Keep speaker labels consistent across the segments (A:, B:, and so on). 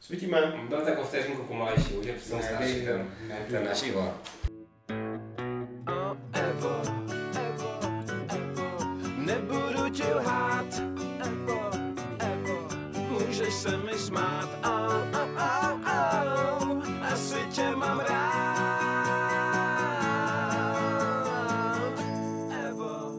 A: Svítíme.
B: No tak o vteřinku pomalejší, už je přesně starší ten náš Ivo.
C: Evo, nebudu ti lhát, můžeš se mi smát, asi tě mám rád, Evo.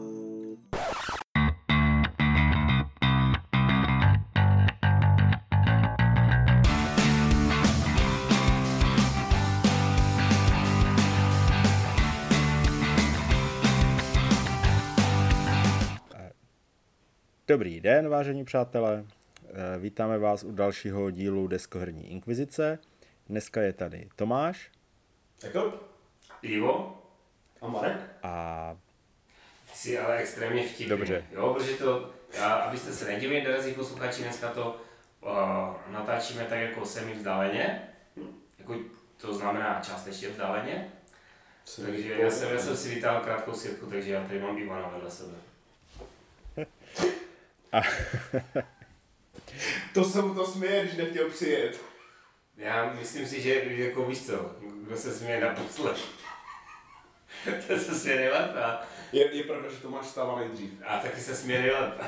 D: Dobrý den, vážení přátelé. Vítáme vás u dalšího dílu Deskoherní inkvizice. Dneska je tady Tomáš.
A: Jakob.
B: Ivo.
A: A Marek.
D: A
B: Jsi ale extrémně vtipný.
D: Dobře.
B: Jo, protože to, abyste se nedivili, drazí posluchači, dneska to natáčíme tak jako semi vzdáleně. Jako, to znamená částečně vzdáleně. Takže já jsem si vytáhl krátkou sirku, takže já tady mám Ivana vedle sebe.
A: To se mu to směje, když nechtěl přijet.
B: Já myslím si, že jako víš co, kdo se směje naposled. To se směje nejlépe.
A: Je pravda, že Tomáš stává nejdřív.
B: A taky se směje nejlépe.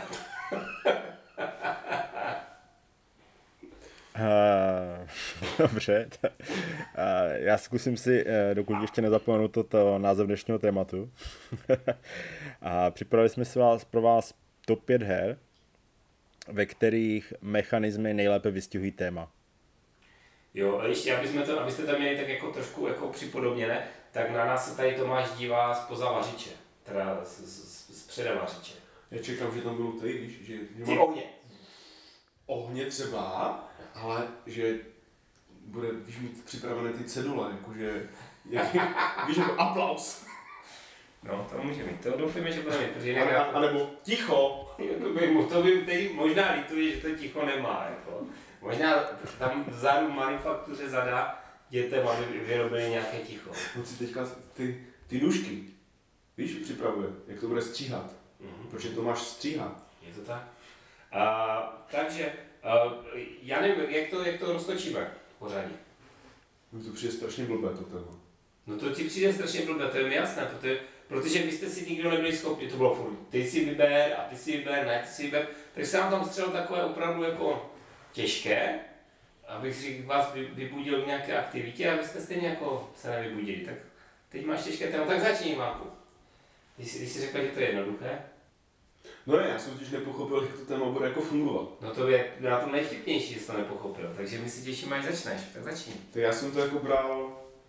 D: Dobře. Já zkusím si, dokud ještě nezapomenu toto název dnešního tématu. A připravili jsme si pro vás top 5 her, ve kterých mechanismy nejlépe vystihují téma.
B: Jo, a ještě abyste to měli tak jako trošku jako připodobněné, tak na nás se tady Tomáš dívá zpoza vařiče, teda z přede vařiče.
A: Já čekám, že tam budou tady, víš, že
B: Ty ohně.
A: ohně třeba, ale že bude, víš, mít připravené ty cedule, jakože, víš, jako aplaus.
B: No, to může mít, to doufujeme, že bude mít, protože jinak
A: A nebo ticho.
B: to by teď možná lituje, že to ticho nemá, jako. Možná tam vzadu v manufaktuře zadá dětem, aby vyrobili nějaké ticho.
A: On si teďka ty nůžky, víš, připravuje, jak to bude stříhat. Protože Tomáš stříhá.
B: Je to tak? Takže, já nevím, jak to roztočíme pořádně.
A: Mně to přijde strašně blbé to téma.
B: No to ti přijde strašně blbé, to je mi jasné, protože vy jste si nikdo nebyli schopni, to bylo furt, ty si vyber a ty si vyber, ne, ty si vyber, tak se nám tam střelo takové opravdu jako těžké, abych si vás vybudil v nějaké aktivitě a vy jste stejně jako se nevybudili, tak teď máš těžké téma, tak začni Marku. Když jsi řekl, že to je jednoduché.
A: No ne, já jsem totiž nepochopil, jak to téma bude jako fungovat.
B: No to je na tom nejvtipnější, že jsi to nepochopil, takže my si těšíme, až začneš, tak začni.
A: Tak já jsem to jako bral...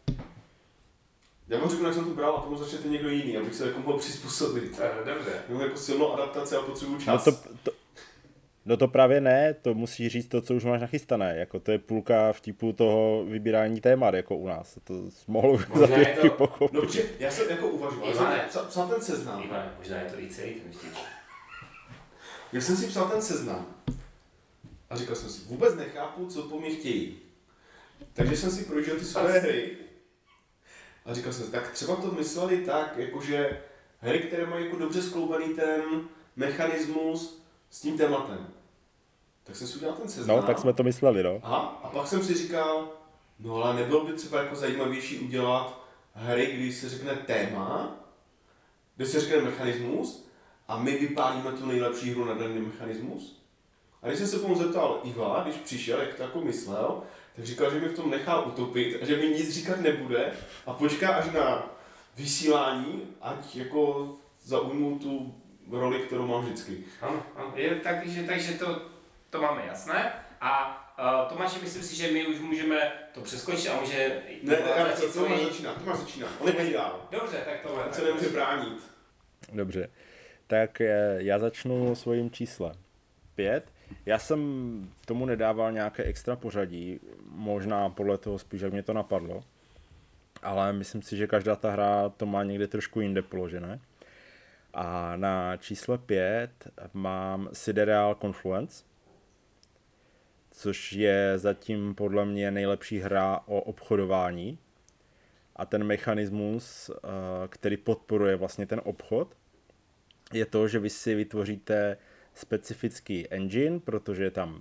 A: Já vám řeknu, jak jsem to bral a potom začnete někdo jiný, abych se jako mohl přizpůsobit.
B: Dobře.
A: Mám jako silnou adaptaci a potřebuju čas.
D: No to právě ne, to musíš říct to, co už máš nachystané, jako to je půlka vtipu toho vybírání témat, jako u nás, to mohlo za chvíli pochopit.
A: No protože já jsem jako uvažoval, já jsem psal ten seznam.
B: Ivane, možná je to i celý ten vtip.
A: Já jsem si psal ten seznam a říkal jsem si, vůbec nechápu, co po mně chtějí. Takže jsem si projížděl ty své hry a říkal jsem si, tak třeba to mysleli tak, jakože hry, které mají jako dobře skloubený ten mechanismus s tím tématem. Tak jsem si udělal ten seznam.
D: No, tak jsme to mysleli, no.
A: Aha, a pak jsem si říkal, no ale nebylo by třeba jako zajímavější udělat hry, kdy se řekne téma, kde se řekne mechanismus a my vypálíme tu nejlepší hru na daný mechanismus. A když jsem se tomu zeptal Iva, když přišel, jak to jako myslel, tak říkal, že mi v tom nechá utopit a že mi nic říkat nebude a počká až na vysílání, ať jako zaujmu tu roli, kterou mám vždycky.
B: Ano, takže to máme jasné. A Tomáši, myslím si, že my už můžeme to přeskočit a může...
A: Tomáš začíná. On je dál.
B: Dobře, tak to
A: On se nemůže bránit.
D: Dobře, tak já začnu svým číslem 5. Já jsem tomu nedával nějaké extra pořadí, možná podle toho spíš, jak mě to napadlo, ale myslím si, že každá ta hra to má někde trošku jinde položené. A na čísle 5 mám Sidereal Confluence, což je zatím podle mě nejlepší hra o obchodování. A ten mechanismus, který podporuje vlastně ten obchod, je to, že vy si vytvoříte specifický engine, protože je tam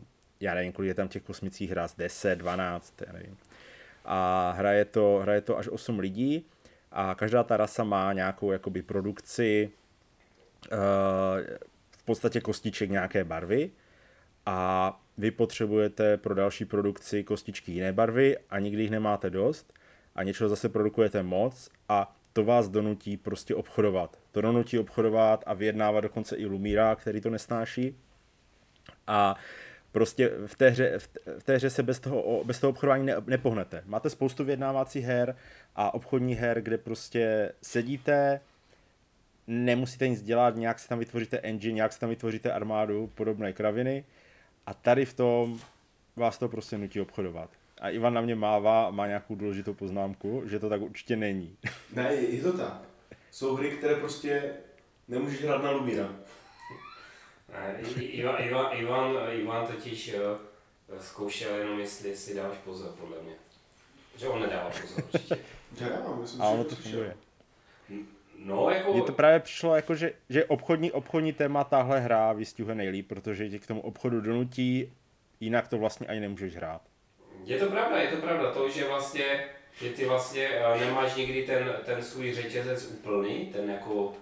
D: já nevím, kolik je tam těch kosmických hráz, 10, 12, já nevím. A hraje to až 8 lidí a každá ta rasa má nějakou jakoby produkci v podstatě kostiček nějaké barvy a vy potřebujete pro další produkci kostičky jiné barvy a nikdy jich nemáte dost a něčeho zase produkujete moc a to vás donutí prostě obchodovat. To donutí obchodovat a vyjednávat dokonce i Lumíra, který to nesnáší. A prostě v té hře se bez toho obchodování nepohnete. Máte spoustu vyjednávacích her a obchodních her, kde prostě sedíte, nemusíte nic dělat, nějak si tam vytvoříte engine, nějak si tam vytvoříte armádu, podobné kraviny. A tady v tom vás to prostě nutí obchodovat. A Ivan na mě má nějakou důležitou poznámku, že to tak určitě není.
A: Ne, je to tak. Jsou hry, které prostě nemůžeš hrát na Lumíra.
B: Ivan totiž zkoušel jenom, jestli si dáváš pozor, podle mě. Že on nedává pozor, určitě.
A: Já dávám, myslím,
D: a ono to funguje.
B: No, jako...
D: Mně to právě přišlo jako, že obchodní téma tahle hra vystihuje nejlíp, protože tě k tomu obchodu donutí, jinak to vlastně ani nemůžeš hrát.
B: Je to pravda, to, že vlastně, že ty vlastně nemáš nikdy ten svůj řetězec úplný, ten jako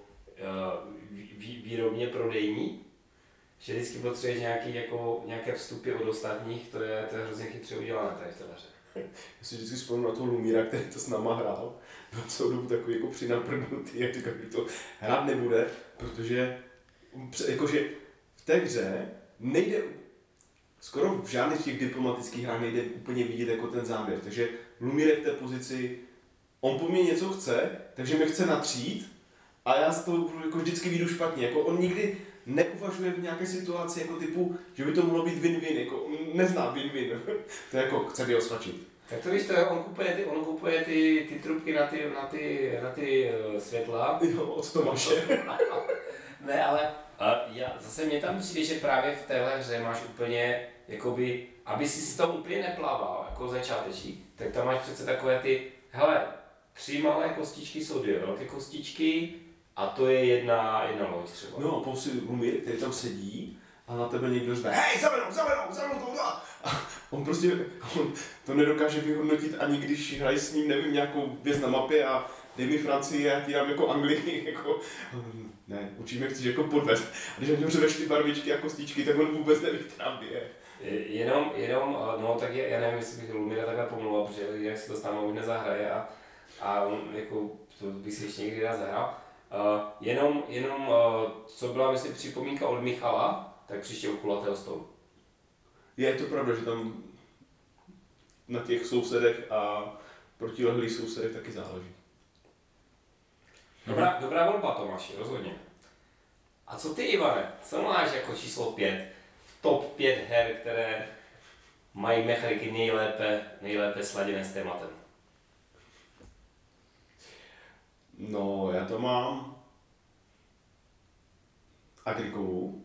B: výrobně prodejní, že vždycky potřebuješ nějaké vstupy od ostatních, to je hrozně chytře udělané tady v té hře.
A: Já si vždycky vzpomínám na toho Lumíra, který to s náma hrál. Byl celou dobu takový jako přinaprdnutý a říkal, že to hrát nebude, protože jakože v té hře nejde, skoro v žádných těch diplomatických hrách nejde úplně vidět jako ten záměr. Takže Lumír je v té pozici, on po mně něco chce, takže mě chce natřít a já z toho jako vždycky vyjdu špatně. Jako on nikdy neuvažuje v nějaké situaci jako typu, že by to mohlo být win-win, jako nezná win-win. To je jako, chce by ho svačit.
B: Tak to víš, on kupuje ty trubky na ty světla.
A: Jo, od Tomáše.
B: Ne, ale zase mě tam přijde, že právě v téhle hře máš úplně, jakoby, aby si s tom úplně neplával, jako začátečí, tak tam máš přece takové ty, hele, 3 malé kostičky jsou 2 velké kostičky, a to je jedna loď třeba.
A: No a pouze Lumír, který tam sedí a na tebe někdo řve, hej, zavenou tohle! A on to nedokáže vyhodnotit ani když hrají s ním, nevím, nějakou věc na mapě a dej mi Francii a já ti dám jako Anglii, jako, ne, určitě chceš jako podvést. A když on řveš ty barvičky a kostičky, tak on vůbec neví, která je.
B: Jenom, no tak já nevím, jestli bych Lumíra takhle pomluvil, protože jak si to s náma už nezahraje a on, jako, to bych si ještě někdy rád zahrál. Jenom co byla, myslím, připomínka od Michala, tak příště u kulatého stolu.
A: Je to pravda, že tam na těch sousedech a protilehlých sousedech taky záleží.
B: Dobrá volba, Tomáši, rozhodně. A co ty, Ivane? Co máš jako číslo 5? V top 5 her, které mají mechaniky nejlépe sladěné s tématem.
A: No, já to mám Agricolu,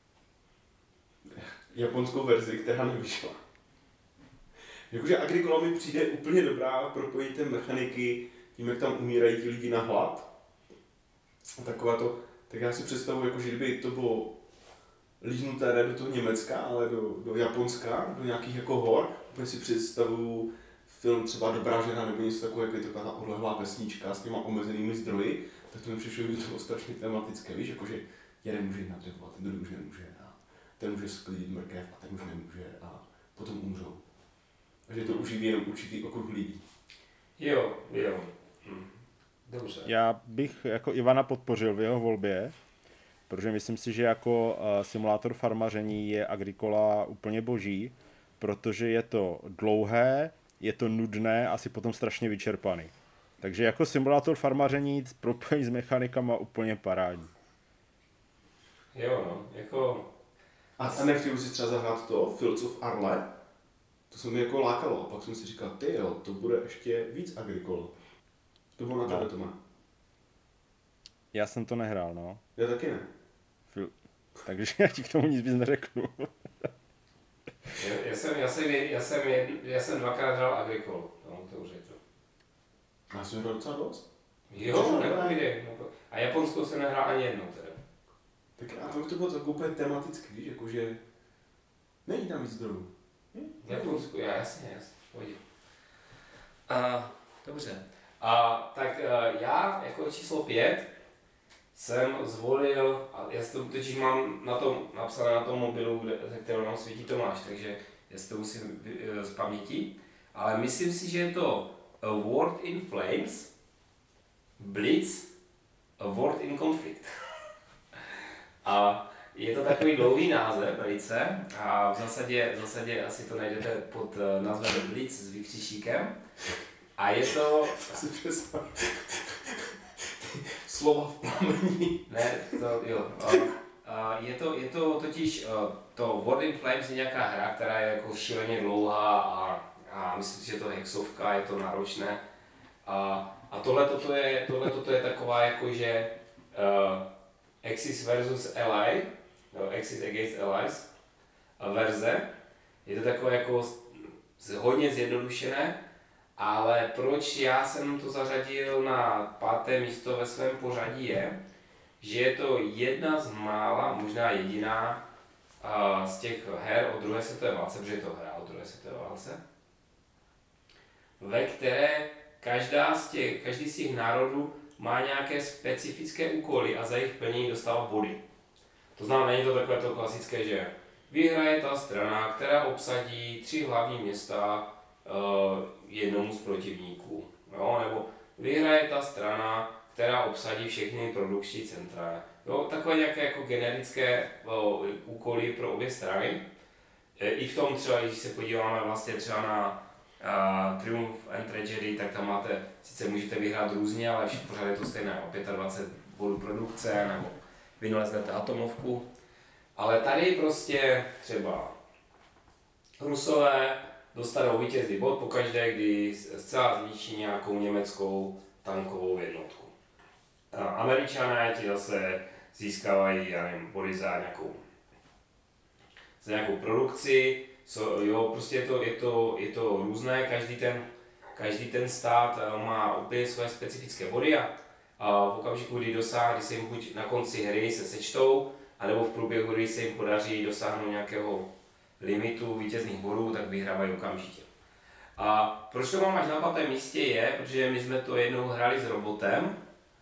A: japonskou verzi, která nevyšla. Jakože Agricola mi přijde úplně dobrá, propojí ty mechaniky tím, jak tam umírají ti lidi na hlad. Taková to, tak já si představuji, jako, že kdyby to bylo líznuté ne do toho Německa, ale do Japonska, do nějakých jako hor, úplně si představuju film třeba Dobrá žena nebo něco takového, jako je taková ta odlehlá vesnička s těma omezenými zdroji, tak to mi přišlo, že to bylo strašně tematické, víš, jakože jeden může jít na dřevo a ten druhý už nemůže a ten může sklidit mrkev a ten už nemůže a potom umřou. A že to uživí jenom určitý okruh lidí.
B: Jo. Dobře.
D: Já bych jako Ivana podpořil v jeho volbě, protože myslím si, že jako simulátor farmaření je Agricola úplně boží, protože je to dlouhé, je to nudné a si potom strašně vyčerpaný. Takže jako simulátor farmaření propojení s mechanikama úplně parádní.
B: Jo, no, jako...
A: A nechtěl si třeba zahrát to, Fields of Arle? To se mi jako lákalo a pak jsem si říkal, ty jo, to bude ještě víc Agricola. To bylo na tebe, Toma.
D: Já jsem to nehrál, no.
A: Já taky ne.
D: Takže já ti k tomu nic víc neřeknu.
B: Já jsem dvakrát hrál Agricolu, no, to už je to.
A: Já jsem hrál docela dost.
B: Jo, nepovídej. A japonskou jsem nehrál ani jednou teda.
A: Tak a to bylo tak úplně tematicky, víš, jakože... Není tam víc zdrojů.
B: V Japonsku, jasně. Pojď. Dobře. Tak já jako číslo 5 jsem zvolil, a já si to totiž mám na tom, napsané na tom mobilu, ze kterého nám svítí Tomáš, takže já si to musím z paměti. Ale myslím si, že je to A World in Flames, Blitz, A World in Conflict. A je to takový dlouhý název velice a v zásadě asi to najdete pod názvem Blitz s vykřičníkem. A je to...
A: Slova v plamení.
B: Ne, to jo. Je to totiž, to World in Flames je nějaká hra, která je jako šíleně dlouhá a myslím si, že to je hexovka, je to náročné. A tohle je taková jakože Axis versus Ally, Axis against Allies verze. Je to takové jako hodně zjednodušené, ale proč já jsem to zařadil na 5. místo ve svém pořadí je, že je to jedna z mála, možná jediná z těch her o druhé světové válce, protože je to hra o druhé světové válce, ve které každý z těch národů má nějaké specifické úkoly a za jejich plnění dostává body. To znamená, není to takové to klasické, že vyhraje ta strana, která obsadí 3 hlavní města jednomu z protivníků. Jo? Nebo vyhraje ta strana, která obsadí všechny produkční centra. Jo? Takové nějaké jako generické úkoly pro obě strany. I v tom třeba, když se podíváme vlastně třeba na Triumph and Tragedy, tak tam máte, sice můžete vyhrát různě, ale pořád je to stejné, o 25 bodů produkce, nebo vynaleznete atomovku. Ale tady prostě třeba Rusové dostanou vítězný bod pokaždé, kdy zcela zničí nějakou německou tankovou jednotku. Američané ti zase získávají, já nevím, body za nějakou produkci. Prostě je to různé, každý ten stát má úplně své specifické body a v okamžiku, kdy se jim buď na konci hry se sečtou, anebo v průběhu hry se jim podaří dosáhnout nějakého limitu vítězných bodů, tak vyhrávají okamžitě. A proč to mám až na 5. místě je, protože my jsme to jednou hráli s robotem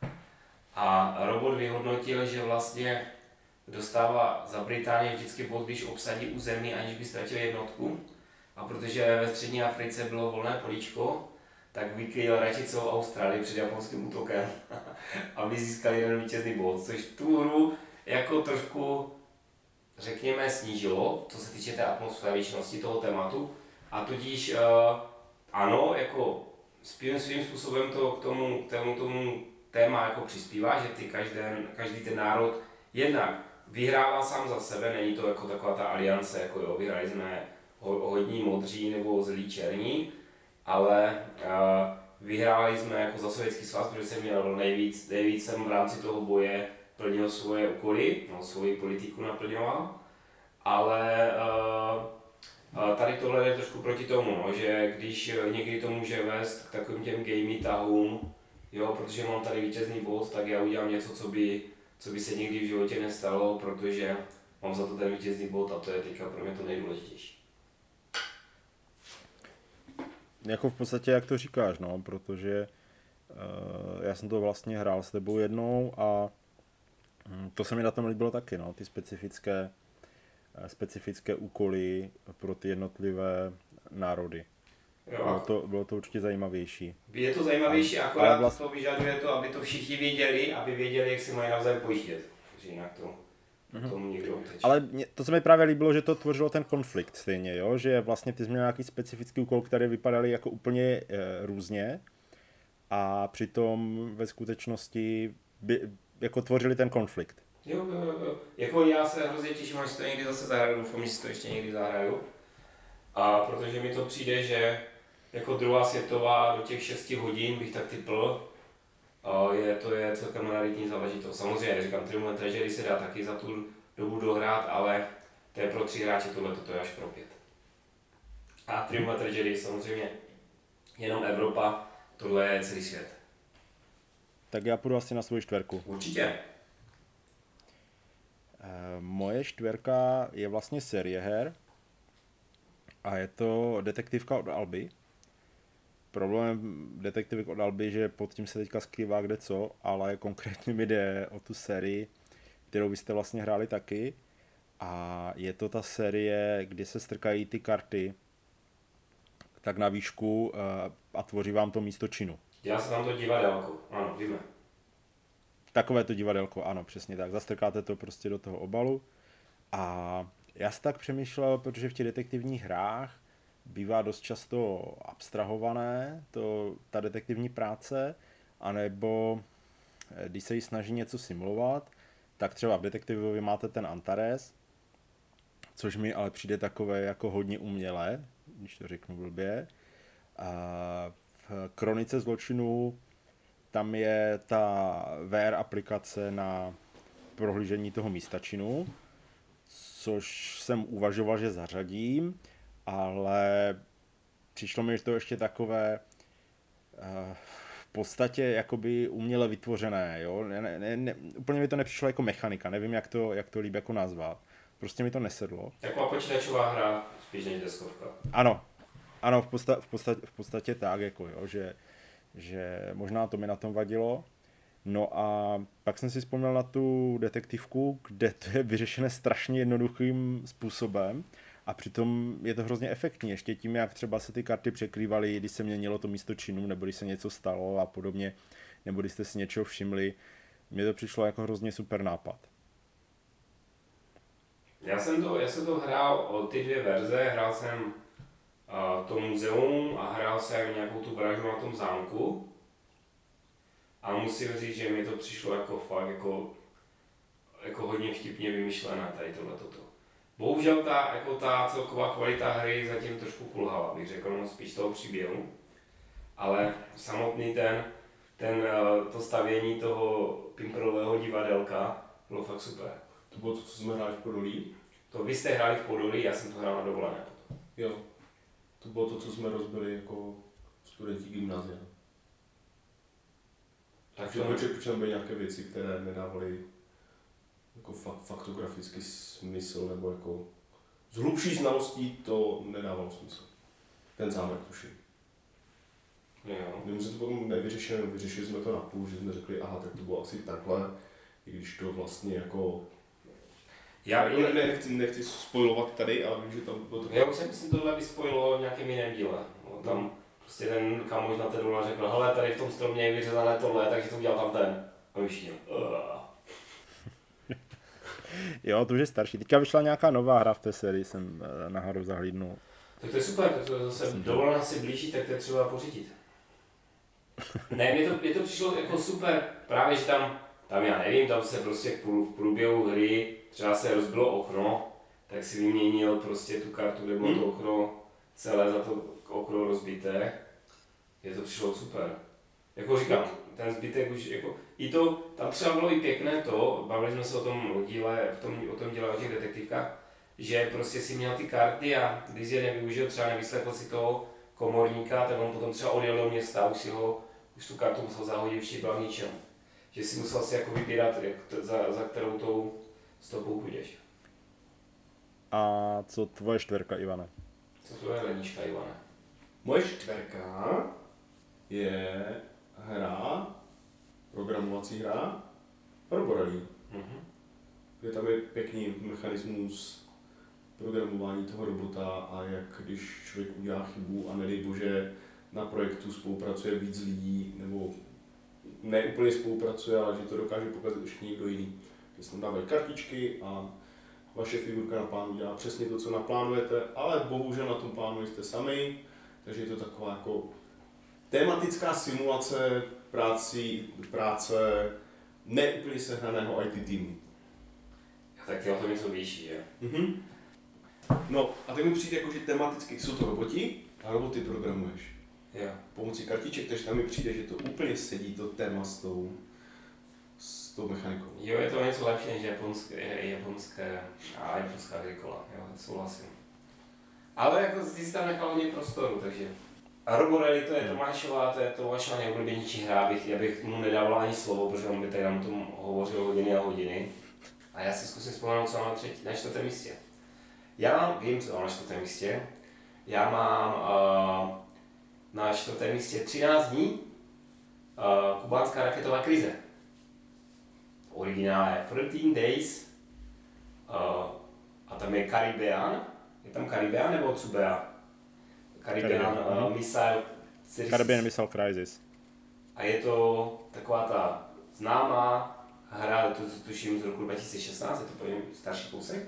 B: a robot vyhodnotil, že vlastně dostává za Británii vždycky bod, když obsadí území, aniž by ztratil jednotku. A protože ve střední Africe bylo volné políčko, tak vykryl radši celou Austrálii před japonským útokem, aby získali jeden vítězný bod, což tu hru jako trošku, řekněme, snížilo, co se týče té atmosféričnosti toho tématu. A tudíž ano, jako svým způsobem to k tomu téma jako přispívá, že každý ten národ jednak vyhrává sám za sebe, není to jako taková ta aliance, jako jo, vyhráli jsme hodní modří nebo zlí černí, ale vyhráli jsme jako za Sovětský svaz, protože jsem měl nejvíc jsem v rámci toho boje plnil svoje úkoly, svoji politiku naplňoval, ale tady tohle je trošku proti tomu, že když někdy to může vést k takovým těm gamey tahům, jo, protože mám tady vítězný bod, tak já udělám něco, co by se nikdy v životě nestalo, protože mám za to ten vítězný bod a to je teďka pro mě to nejdůležitější.
D: Jako v podstatě, jak to říkáš, no, protože já jsem to vlastně hrál s tebou jednou a to se mi na tom líbilo taky, no, ty specifické úkoly pro ty jednotlivé národy. Bylo to určitě zajímavější.
B: Je to zajímavější, akorát to vyžaduje to, aby to všichni věděli, jak si mají navzájem pojíždět. Takže jinak tomu někdo uteče.
D: Ale to se mi právě líbilo, že to tvořilo ten konflikt stejně, jo? Že vlastně ty jsi měl nějaký specifický úkol, které vypadaly jako úplně různě a přitom ve skutečnosti jako tvořili ten konflikt.
B: Jo. Jako já se hrozně těším, až to někdy zase zahraju, doufám, že si to ještě někdy zahraju. A protože mi to přijde, že jako druhá světová do těch 6 hodin bych tak typl, to je celkem raritní záležitost. Samozřejmě, říkám, Triumph and Tragedy se dá taky za tu dobu dohrát, ale to je pro 3 hráče, to je až pro 5. A Triumph and Tragedy samozřejmě jenom Evropa, tohle je celý svět.
D: Tak já půjdu asi na svoji 4.
B: Určitě.
D: Moje 4 je vlastně série her a je to detektivka od Alby. Problém detektivek od Alby, že pod tím se teďka skrývá kde co, ale konkrétně mi jde o tu sérii, kterou vy jste vlastně hráli taky. A je to ta série, kdy se strkají ty karty tak na výšku a tvoří vám to místo činu.
B: Dělá se tam to divadelko, ano, víme.
D: Takové to divadelko, ano, přesně tak. Zastrkáte to prostě do toho obalu. A já si tak přemýšlel, protože v těch detektivních hrách bývá dost často abstrahované ta detektivní práce, anebo když se jí snaží něco simulovat, tak třeba v detektivovi máte ten Antares, což mi ale přijde takové jako hodně umělé, když to řeknu blbě. A v Kronice zločinů tam je ta VR aplikace na prohlížení toho místa činu, což jsem uvažoval, že zařadím, ale přišlo mi, že to ještě takové v podstatě jakoby uměle vytvořené, jo? Úplně mi to nepřišlo jako mechanika, nevím, jak to líp jako nazvat. Prostě mi to nesedlo.
B: Taková počítačová hra, spíš než deskovka.
D: Ano, v podstatě tak, jako jo, že možná to mi na tom vadilo. No a pak jsem si vzpomněl na tu detektivku, kde to je vyřešené strašně jednoduchým způsobem a přitom je to hrozně efektní, ještě tím, jak třeba se ty karty překrývaly, když se měnilo to místo činu, nebo když se něco stalo a podobně, nebo když jste si něčeho všimli. Mně to přišlo jako hrozně super nápad.
B: Já jsem to hrál o ty dvě verze, hrál jsem to muzeum a hrál jsem nějakou tu vraždu na tom zámku. A musím říct, že mi to přišlo jako fakt jako hodně vtipně vymyšlené tady tohleto. Bohužel ta celková kvalita hry zatím trošku kulhala, bych řekl, no spíš toho příběhu. Ale samotný to stavění toho pimperového divadelka bylo fakt super.
A: To bylo to, co jsme hráli v Podolí?
B: To vy jste hráli v Podolí, já jsem to hrál na dovolené.
A: Jo. To bylo to, co jsme rozbili jako studenti gymnázia. Takže tam byly nějaké věci, které nedávaly jako faktografický smysl, nebo jako z hlubší znalostí to nedávalo smysl. Ten zámek tuším. My jsme to potom nevyřešili, vyřešili jsme to na půl, že jsme řekli, aha, tak to bylo asi takhle, i když to vlastně jako... Já nechci spojovat tady, ale vím, že tam bylo to...
B: Já už jsem si tohle vyspojilo v nějakém jiném díle. No, tam prostě ten kamoš na ten důle řekl, hele, tady v tom stromě je vyřezané tohle, takže to udělal tam ten. A my všichni,
D: Jo, to už je starší. Teďka vyšla nějaká nová hra v té sérii, jsem na hru zahlídnul.
B: Tak to je super, to zase dovolená si blíží, tak to je třeba pořídit. Ne, mě to přišlo jako super, právě že tam já nevím, tam se prostě v průběhu hry třeba se rozbilo okno, tak si vyměnil prostě tu kartu, kde bylo to okno celé za to okno rozbité. Je to přišlo super. Jako říkám, ten zbytek už jako, i to, tam třeba bylo i pěkné to, bavili jsme se o tom díle o těch detektivkách, že prostě si měl ty karty a když je nevyužil, třeba nevyslechl si toho komorníka, tak on potom třeba odjel do města, už tu kartu musel zahodit, už byl ničem. Že si musel si jako vybírat, za kterou tou stopou půjdeš.
D: A co tvoje čtverka, Ivane?
B: Co tvoje leníčka, Ivane?
A: Moje čtverka je hra, programovací hra, Roborally. Kde tam je pěkný mechanismus programování toho robota a jak když člověk udělá chybu a nedej bože na projektu spolupracuje víc lidí, nebo ne úplně spolupracuje, ale že to dokáže pokazit ještě někdo jiný. Že se tam dávají kartičky a vaše figurka na plánu dělá přesně to, co naplánujete, ale bohužel na tom plánu jste sami, takže je to taková jako tematická simulace práce neúplně sehraného IT týmu.
B: Tak ty o tom něco víš, že?
A: No a tak mi přijde jako, že tematicky jsou to roboti a roboty programuješ.
B: Jo.
A: Pomocí kartiček, takže tam mi přijde, že to úplně sedí to téma s tou mechanikou.
B: Jo, je to něco lepší než japonské agrikola, jo, souhlasím. Ale jako jsi tam nechal hodně prostoru, takže... A Roborally, to je Tomášova nejoblíbenější hra, já bych mu nedával ani slovo, protože on by tady nám o tom hovořil hodiny a hodiny. A já si zkusím vzpomenout, co mám na čtvrtém místě. Já vím, co mám na čtvrtém místě. Já mám na 4. místě 13 dní kubánská raketová krize. Originál je 13 Days a tam je Caribbean. Je tam Caribbean nebo Cubea? Caribbean Missile Crisis.
D: Caribbean Missile Crisis.
B: A je to taková ta známá hra, to tuším z roku 2016, je to úplně starší kousek.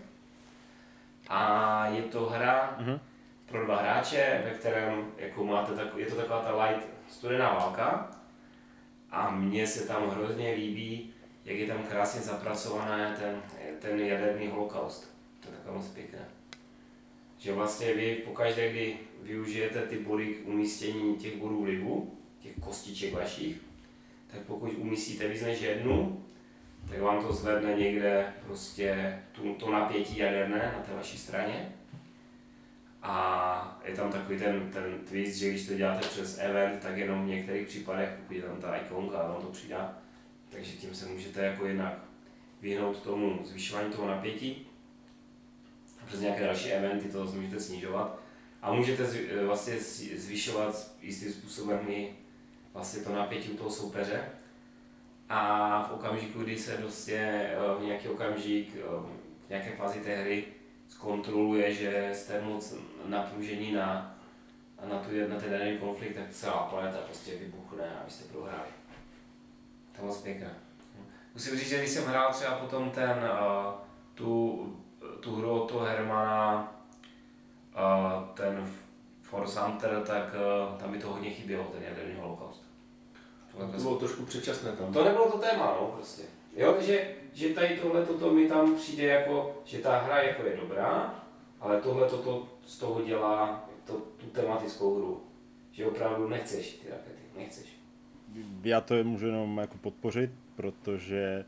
B: A je to hra pro 2 hráče, ve kterém jako máte je to taková ta light studená válka. A mně se tam hrozně líbí, jak je tam krásně zapracované ten jaderný holokaust. To je takové moc pěkné. Že vlastně vy pokaždé, kdy využijete ty body k umístění těch bodů vlivu, těch kostiček vašich, tak pokud umístíte víc než jednu, tak vám to zvedne někde prostě to napětí jaderné na té vaší straně. A je tam takový ten twist, že když to děláte přes event, tak jenom v některých případech, pokud je tam ta ikonka a vám to přidá, takže tím se můžete jako jednak vyhnout tomu zvyšování toho napětí. A přes nějaké další eventy to můžete snižovat. A můžete vlastně zvyšovat jistým způsobem i vlastně to napětí u toho soupeře. A v okamžiku, kdy se prostě v nějaký okamžik, v nějaké fázi té hry zkontroluje, že jste moc napružení na ten daný konflikt, tak celá planeta prostě vybuchne a vy jste prohráli. To je moc pěkné. Musím říct, že když jsem hrál třeba potom tu hru od toho Hermana, ten Force Hunter, tak tam mi to hodně chybělo, ten jaderný holokaust.
A: To bylo trošku předčasné tam.
B: To nebylo to téma, no, prostě. Jo, že tady tohle mi tam přijde jako, že ta hra jako je dobrá, ale tohle z toho dělá tu tematickou hru. Že opravdu nechceš ty rakety, nechceš.
D: Já to můžu jenom jako podpořit, protože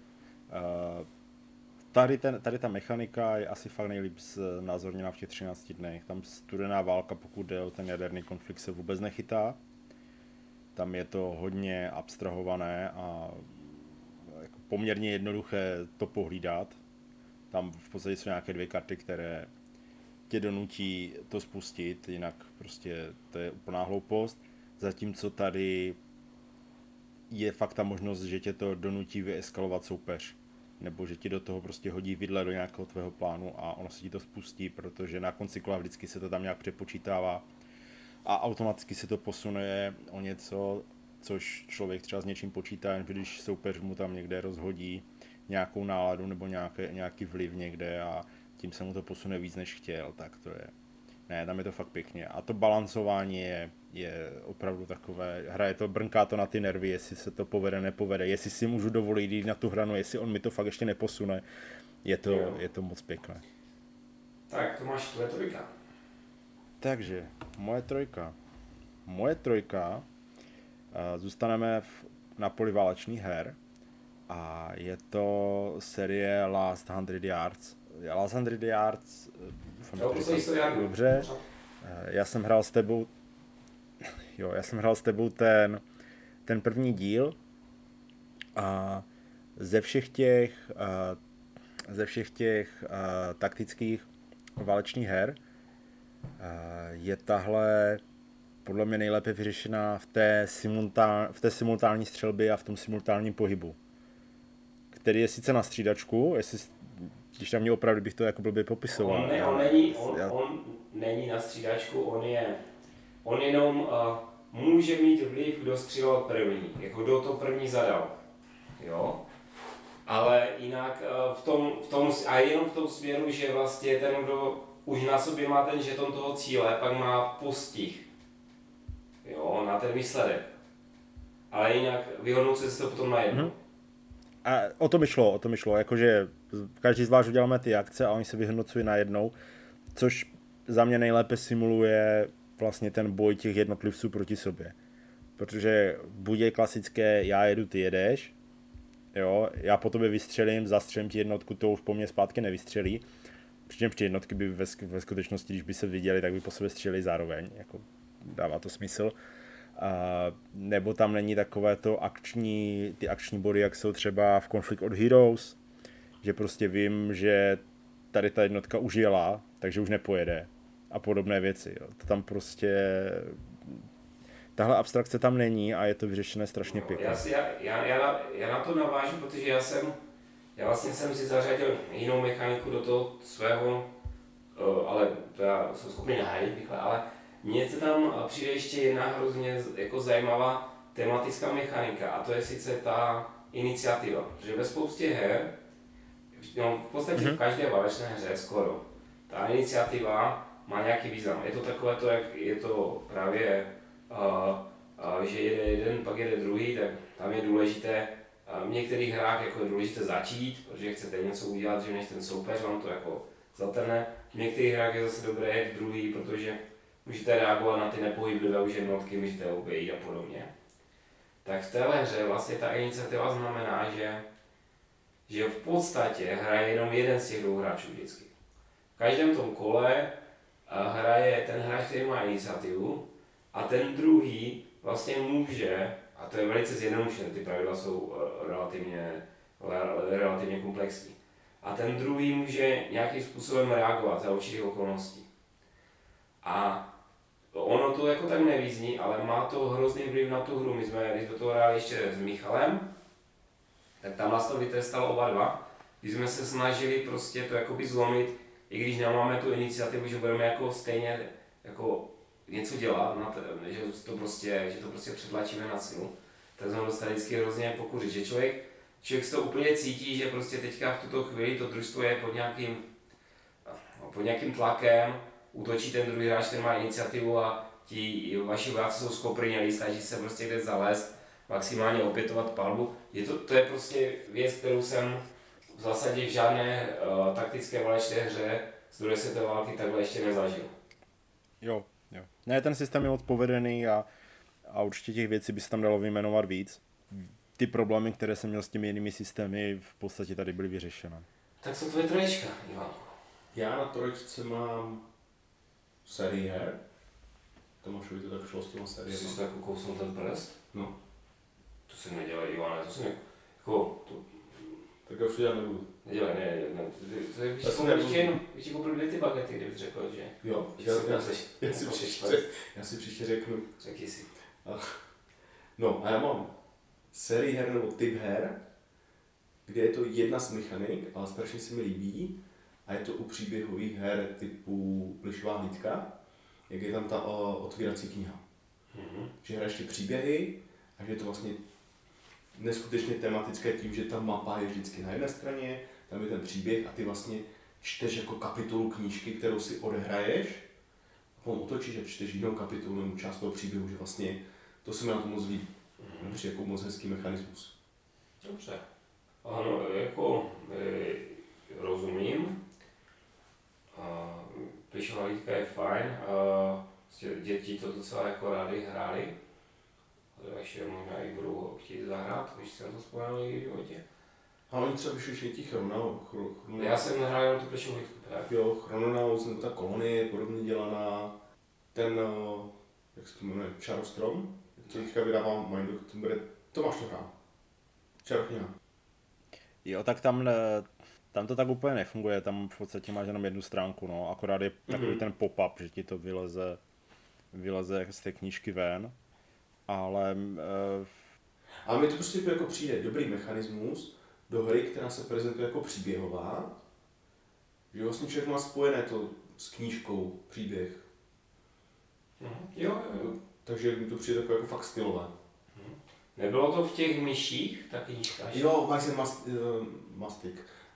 D: tady ta mechanika je asi fakt nejlíp znázorněná v těch 13 dnech. Tam studená válka, pokud jde o ten jaderný konflikt, se vůbec nechytá. Tam je to hodně abstrahované a jako poměrně jednoduché to pohlídat. Tam v podstatě jsou nějaké 2 karty, které tě donutí to spustit, jinak prostě to je úplná hloupost. Zatímco tady je fakt ta možnost, že tě to donutí vyeskalovat soupeř. Nebo že ti do toho prostě hodí vidle do nějakého tvého plánu a ono se ti to spustí, protože na konci kola vždycky se to tam nějak přepočítává a automaticky se to posune o něco, což člověk třeba s něčím počítá, že když soupeř mu tam někde rozhodí nějakou náladu nebo nějaký vliv někde a tím se mu to posune víc než chtěl, tak to je. Ne, tam je to fakt pěkně. A to balancování je opravdu takové, hraje to, brnká to na ty nervy, jestli se to povede, nepovede, jestli si můžu dovolit jít na tu hranu, jestli on mi to fakt ještě neposune. Je to moc pěkné.
B: Tak, to máš tvoje trojka.
D: Takže, moje trojka, zůstaneme na poli válečných her a je to série Last 100 Yards. Last 100 Yards, dobře, já jsem hrál s tebou ten první díl a ze všech těch taktických válečných her je tahle podle mě nejlépe vyřešená v té simultánní střelbě a v tom simultánním pohybu, který je sice na střídačku, když tam mě opravdu bych to jako blbě popisoval.
B: On není na střídačku, on jenom může mít vliv, kdo střílel první, jako kdo to první zadal, jo. Ale jinak a jenom v tom směru, že vlastně ten, kdo už na sobě má ten žeton toho cíle, pak má postih, jo, na ten výsledek. Ale jinak vyhodnocuje se to potom najednou.
D: A o to mi šlo, jakože každý z vás uděláme ty akce a oni se vyhodnocují najednou, což za mě nejlépe simuluje vlastně ten boj těch jednotlivců proti sobě. Protože buď je klasické, já jedu, ty jedeš, jo, já po tobě vystřelím, zastřelím ti jednotku, to už po mně zpátky nevystřelí. Přičemž ty jednotky by ve skutečnosti, když by se viděli, tak by po sobě střelili zároveň, jako dává to smysl. Nebo tam není takové to ty akční body, jak jsou třeba v Conflict of Heroes, že prostě vím, že tady ta jednotka už jela, takže už nepojede. a podobné věci. Jo. To tam prostě... Tahle abstrakce tam není a je to vyřešené strašně pěkně.
B: Já na to navážu, protože já vlastně jsem si zařadil jinou mechaniku do toho svého, ale to já jsem schopný nahradit rychle, ale mně se tam přijde ještě jedna hrozně jako zajímavá tematická mechanika a to je sice ta iniciativa, protože ve spoustě her, no v podstatě v každé válečné hře skoro, ta iniciativa má nějaký význam. Je to takové to, jak je to právě, že jede jeden, pak jede druhý, tak tam je důležité, v některých hrách jako je důležité začít, protože chcete něco udělat, že než ten soupeř vám to jako zatrhne. V některých hrách je zase dobré jet druhý, protože můžete reagovat na ty nepohyblivé už jednotky, můžete je obejít a podobně. Tak v téhle hře vlastně ta iniciativa znamená, že v podstatě hraje jenom jeden z těch dvou hráčů vždycky. V každém tom kole hraje ten hráč, který má iniciativu a ten druhý vlastně může, a to je velice zjednodušené, ty pravidla jsou relativně komplexní, a ten druhý může nějakým způsobem reagovat za určitých okolností. A ono to jako tak nevyzní, ale má to hrozný vliv na tu hru. My jsme, když do toho hráli ještě s Michalem, tak tam nás to vytrestalo oba dva, když jsme se snažili prostě to jakoby zlomit, i když nemáme tu iniciativu, že budeme jako stejně jako něco dělat, že to prostě přetlačíme na sílu, tak jsme dostali vždycky hrozně pokuřit, že člověk si to úplně cítí, že prostě teďka v tuto chvíli to družstvo je pod nějakým tlakem, útočí ten druhý hráč, ten má iniciativu a ti vaši vojáci jsou skoprnělí, snaží se prostě kde zalézt, maximálně opětovat palbu. To je prostě věc, kterou jsem v zásadě v žádné taktické válečné hře z druhé světové války takhle ještě nezažil.
D: Jo. Ne, ten systém je moc povedený a určitě těch věcí by se tam dalo vyjmenovat víc. Ty problémy, které jsem měl s těmi jinými systémy, v podstatě tady byly vyřešené.
B: Tak co tvoje troječka, Ivan?
A: Já na troječce mám sérii her. Tomášovi to tak šlo s těma sériemi.
B: Jsi to jako kousnul ten prst?
A: No.
B: To se nedělá, Ivane, to se jako...
A: Tak já už to dělat nebudu.
B: Nedělej, ne. To je, bych ti koupil 2 ty bagety, kdybych řekl, že...
A: Jo, já si příště řeknu.
B: Řekni si.
A: No a já mám sérii her nebo typ her, kde je to jedna z mechanik, ale strašně se mi líbí. A je to u příběhových her typu Plišová hlídka, jak je tam ta otvírací kniha. Že hraješ ty příběhy a že je to vlastně neskutečně tematické tím, že ta mapa je vždycky na jedné straně, tam je ten příběh a ty vlastně čteš jako kapitolu knížky, kterou si odehraješ a potom otočíš a čteš jinou kapitolu nebo část toho příběhu, že vlastně to se mi na to moc líbí. Přijde jako moc hezký mechanismus.
B: Dobře. Ano, jako rozumím. Plišová hlídka je fajn. Děti to docela jako rádi hráli. Ale ještě možná i budou chtít zahrát, když se na to vzpomněli v životě.
A: A oni třeba vyšli ti Chrononaut.
B: Já jsem hrál jenom tu Plišovou hlídku právě.
A: Jo, Chrononaut, ta kolonie je podobně dělaná. Ten, jak se to jmenuje, Čarostrom, teďka vydávám Mindu, Tomáš to hrál. Čarokniha.
D: Jo, tak tam to tak úplně nefunguje, tam v podstatě máš jenom jednu stránku, no, akorát je takový ten pop-up, že ti to vyleze z té knížky ven, ale...
A: Ale mi to prostě jako přijde dobrý mechanismus do hry, která se prezentuje jako příběhová, že vlastně člověk má spojené to s knížkou, příběh.
B: Jo.
A: Takže mi to přijde jako fakt stylové.
B: Nebylo to v těch myších, ta knížka?
A: Jo, Max Mastic.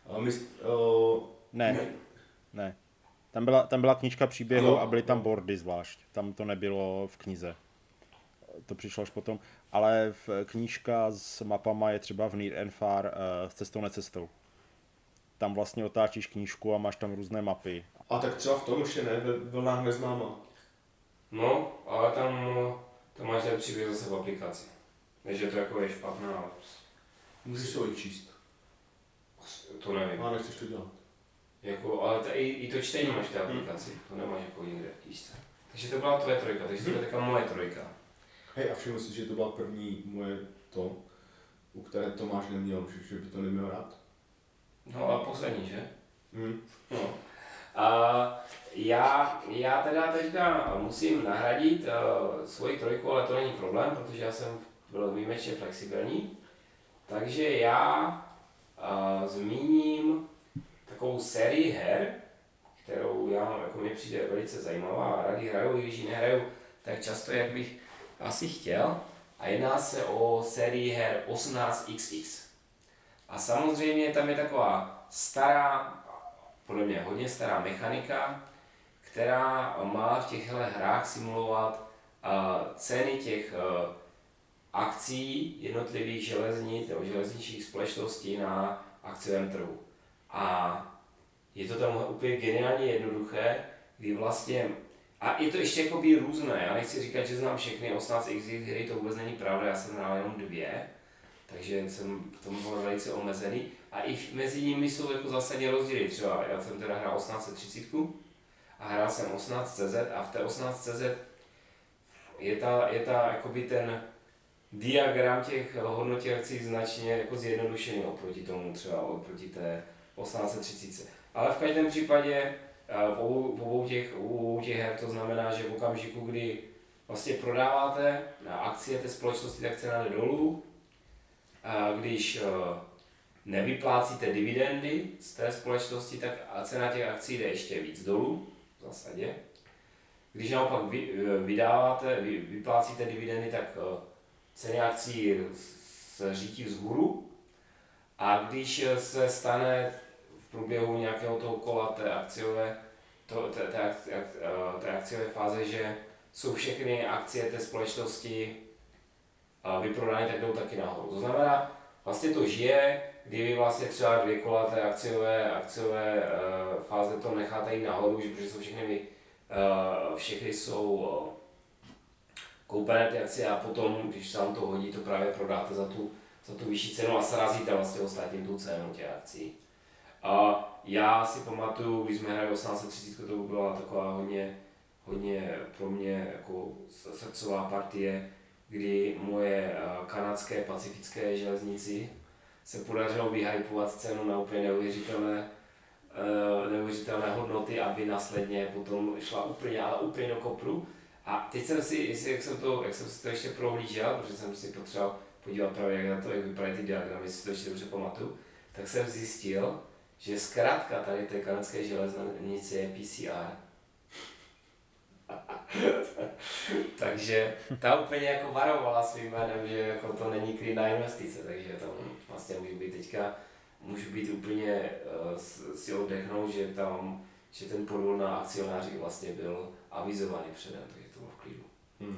D: Ne. Tam byla knížka příběhu a byly tam boardy zvlášť. Tam to nebylo v knize. To přišlo až potom. Ale knížka s mapama je třeba v Near and Far s cestou necestou. Tam vlastně otáčíš knížku a máš tam různé mapy.
A: A tak třeba v tom ještě ne, ve Vlnách neznáma.
B: No, ale tam máš ten příběh zase v aplikaci. Než je to jako je špatná, ale...
A: Musíš to číst.
B: To nevím.
A: A nechceš to dělat.
B: Jako, ale i to čtení máš v té aplikaci, to nemáš jako jinde v knížce. Takže to byla tvoje trojka, takže to je taková moje trojka.
A: Hej, a všiml jsi, že to byla první moje to, u které Tomáš neměl, že by to neměl rád?
B: No a poslední, že?
A: Mm.
B: No. A Já teda teďka musím nahradit svoji trojku, ale to není problém, protože já jsem byl výjimečně flexibilní. Takže já zmíním takovou sérii her, kterou já mám, jako mi přijde velice zajímavá a rádi hraju, i když ji nehraju tak často, jak bych asi chtěl. A jedná se o sérii her 18XX. A samozřejmě tam je taková stará, podle mě hodně stará mechanika, která má v těchto hrách simulovat ceny těch akcí jednotlivých železnic nebo železničních společností na akciovém trhu. A je to tam úplně geniálně jednoduché, kdy vlastně, a je to ještě jakoby různé, já nechci říkat, že znám všechny 18x hry, to vůbec není pravda, já jsem hrál jenom 2, takže jsem v tom byl velice omezený. A i mezi nimi jsou jako zásadně rozdíly, třeba já jsem teda hrál 1830 a hrál jsem 18CZ a v té 18CZ je ta jakoby ten diagram těch hodnotěcích značně jako zjednodušený oproti tomu, třeba oproti té 1830. Ale v každém případě v obou těch her to znamená, že v okamžiku, kdy vlastně prodáváte na akcie té společnosti, tak cena jde dolů. A když nevyplácíte dividendy z té společnosti, tak cena těch akcí jde ještě víc dolů v zásadě. Když naopak vyplácíte dividendy, tak ceny akcí se řítí vzhůru. A když se stane v průběhu nějakého toho kola té akciové fáze, že jsou všechny akcie té společnosti vyprodány, tak jdou taky nahoru. To znamená, vlastně to žije, kdy vy vlastně třeba 2 kola té akciové fáze to necháte jít nahoru, protože jsou všechny jsou koupené ty akcie a potom, když se vám to hodí, to právě prodáte za tu vyšší cenu a srazíte vlastně ostatním tu cenu těch akcí. A já si pamatuju, když jsme hráli 1830, to byla taková hodně pro mě jako srdcová partie, kdy moje kanadské pacifické železnici se podařilo vyhypovat cenu na úplně neuvěřitelné hodnoty, aby následně potom šla úplně do kopru. A teď jsem si, jak jsem si to ještě prohlížel, protože jsem si potřeboval podívat právě jak vypadají ty diagramy, jestli si to ještě dobře pamatuju, tak jsem zjistil, že zkrátka tady té kanadské železnice je PCR. Takže ta úplně jako varovala svým jménem, že jako to není klidná investice, takže tam vlastně můžu být úplně si oddechnout, že ten podvod na akcionáři vlastně byl avizovaný předem, takže to bylo v klidu.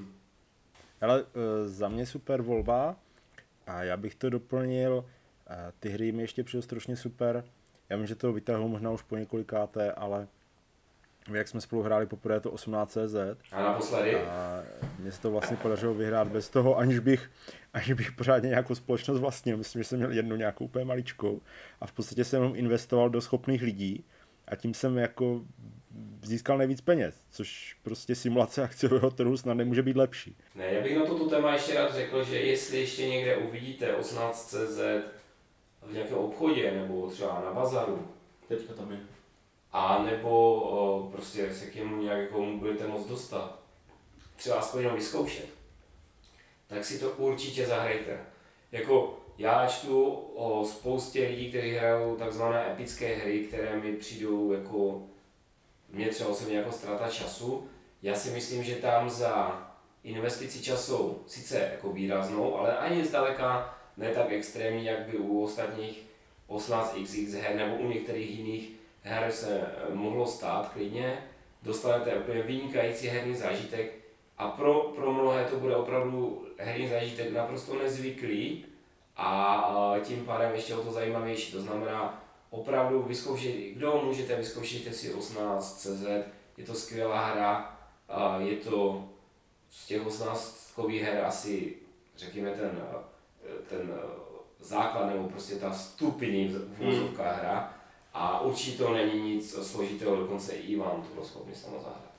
D: Ale za mě super volba a já bych to doplnil, ty hry mi ještě přijde strašně super, já vím, že to vytahuji možná už po několikáté, ale jak jsme spolu hráli poprvé to 18CZ.
B: A naposledy?
D: A mně se to vlastně podařilo vyhrát bez toho, aniž bych pořádně nějakou společnost vlastnil. Myslím, že jsem měl jednu nějakou úplně maličkou a v podstatě jsem jenom investoval do schopných lidí a tím jsem jako získal nejvíc peněz, což prostě simulace akciového trhu snad nemůže být lepší.
B: Ne, já bych na toto téma ještě rád řekl, že jestli ještě někde uvidíte 18CZ v nějakém obchodě nebo třeba na bazaru,
A: Teďka tam je.
B: a nebo prostě se k němu nějak jako budete moct dostat, třeba aspoň jenom vyzkoušet, tak si to určitě zahrajte. Jako já čtu o spoustě lidí, kteří hrajou takzvané epické hry, které mi přijdou jako, mě třeba osobně jako ztráta času. Já si myslím, že tam za investici času sice jako výraznou, ale ani zdaleka ne tak extrémní, jak by u ostatních 18xx her nebo u některých jiných her se mohlo stát klidně. Dostanete úplně vynikající herní zážitek a pro mnohé to bude opravdu herní zážitek naprosto nezvyklý a tím pádem ještě o to zajímavější. To znamená opravdu vyzkoušet, kdo můžete, vyzkoušejte si 18CZ, je to skvělá hra, je to z těch 18kových her asi, řekněme, ten základ nebo prostě ta stupní vůzovká hra a určitě to není nic složitého, dokonce i vám to bylo schopný samo zahrát.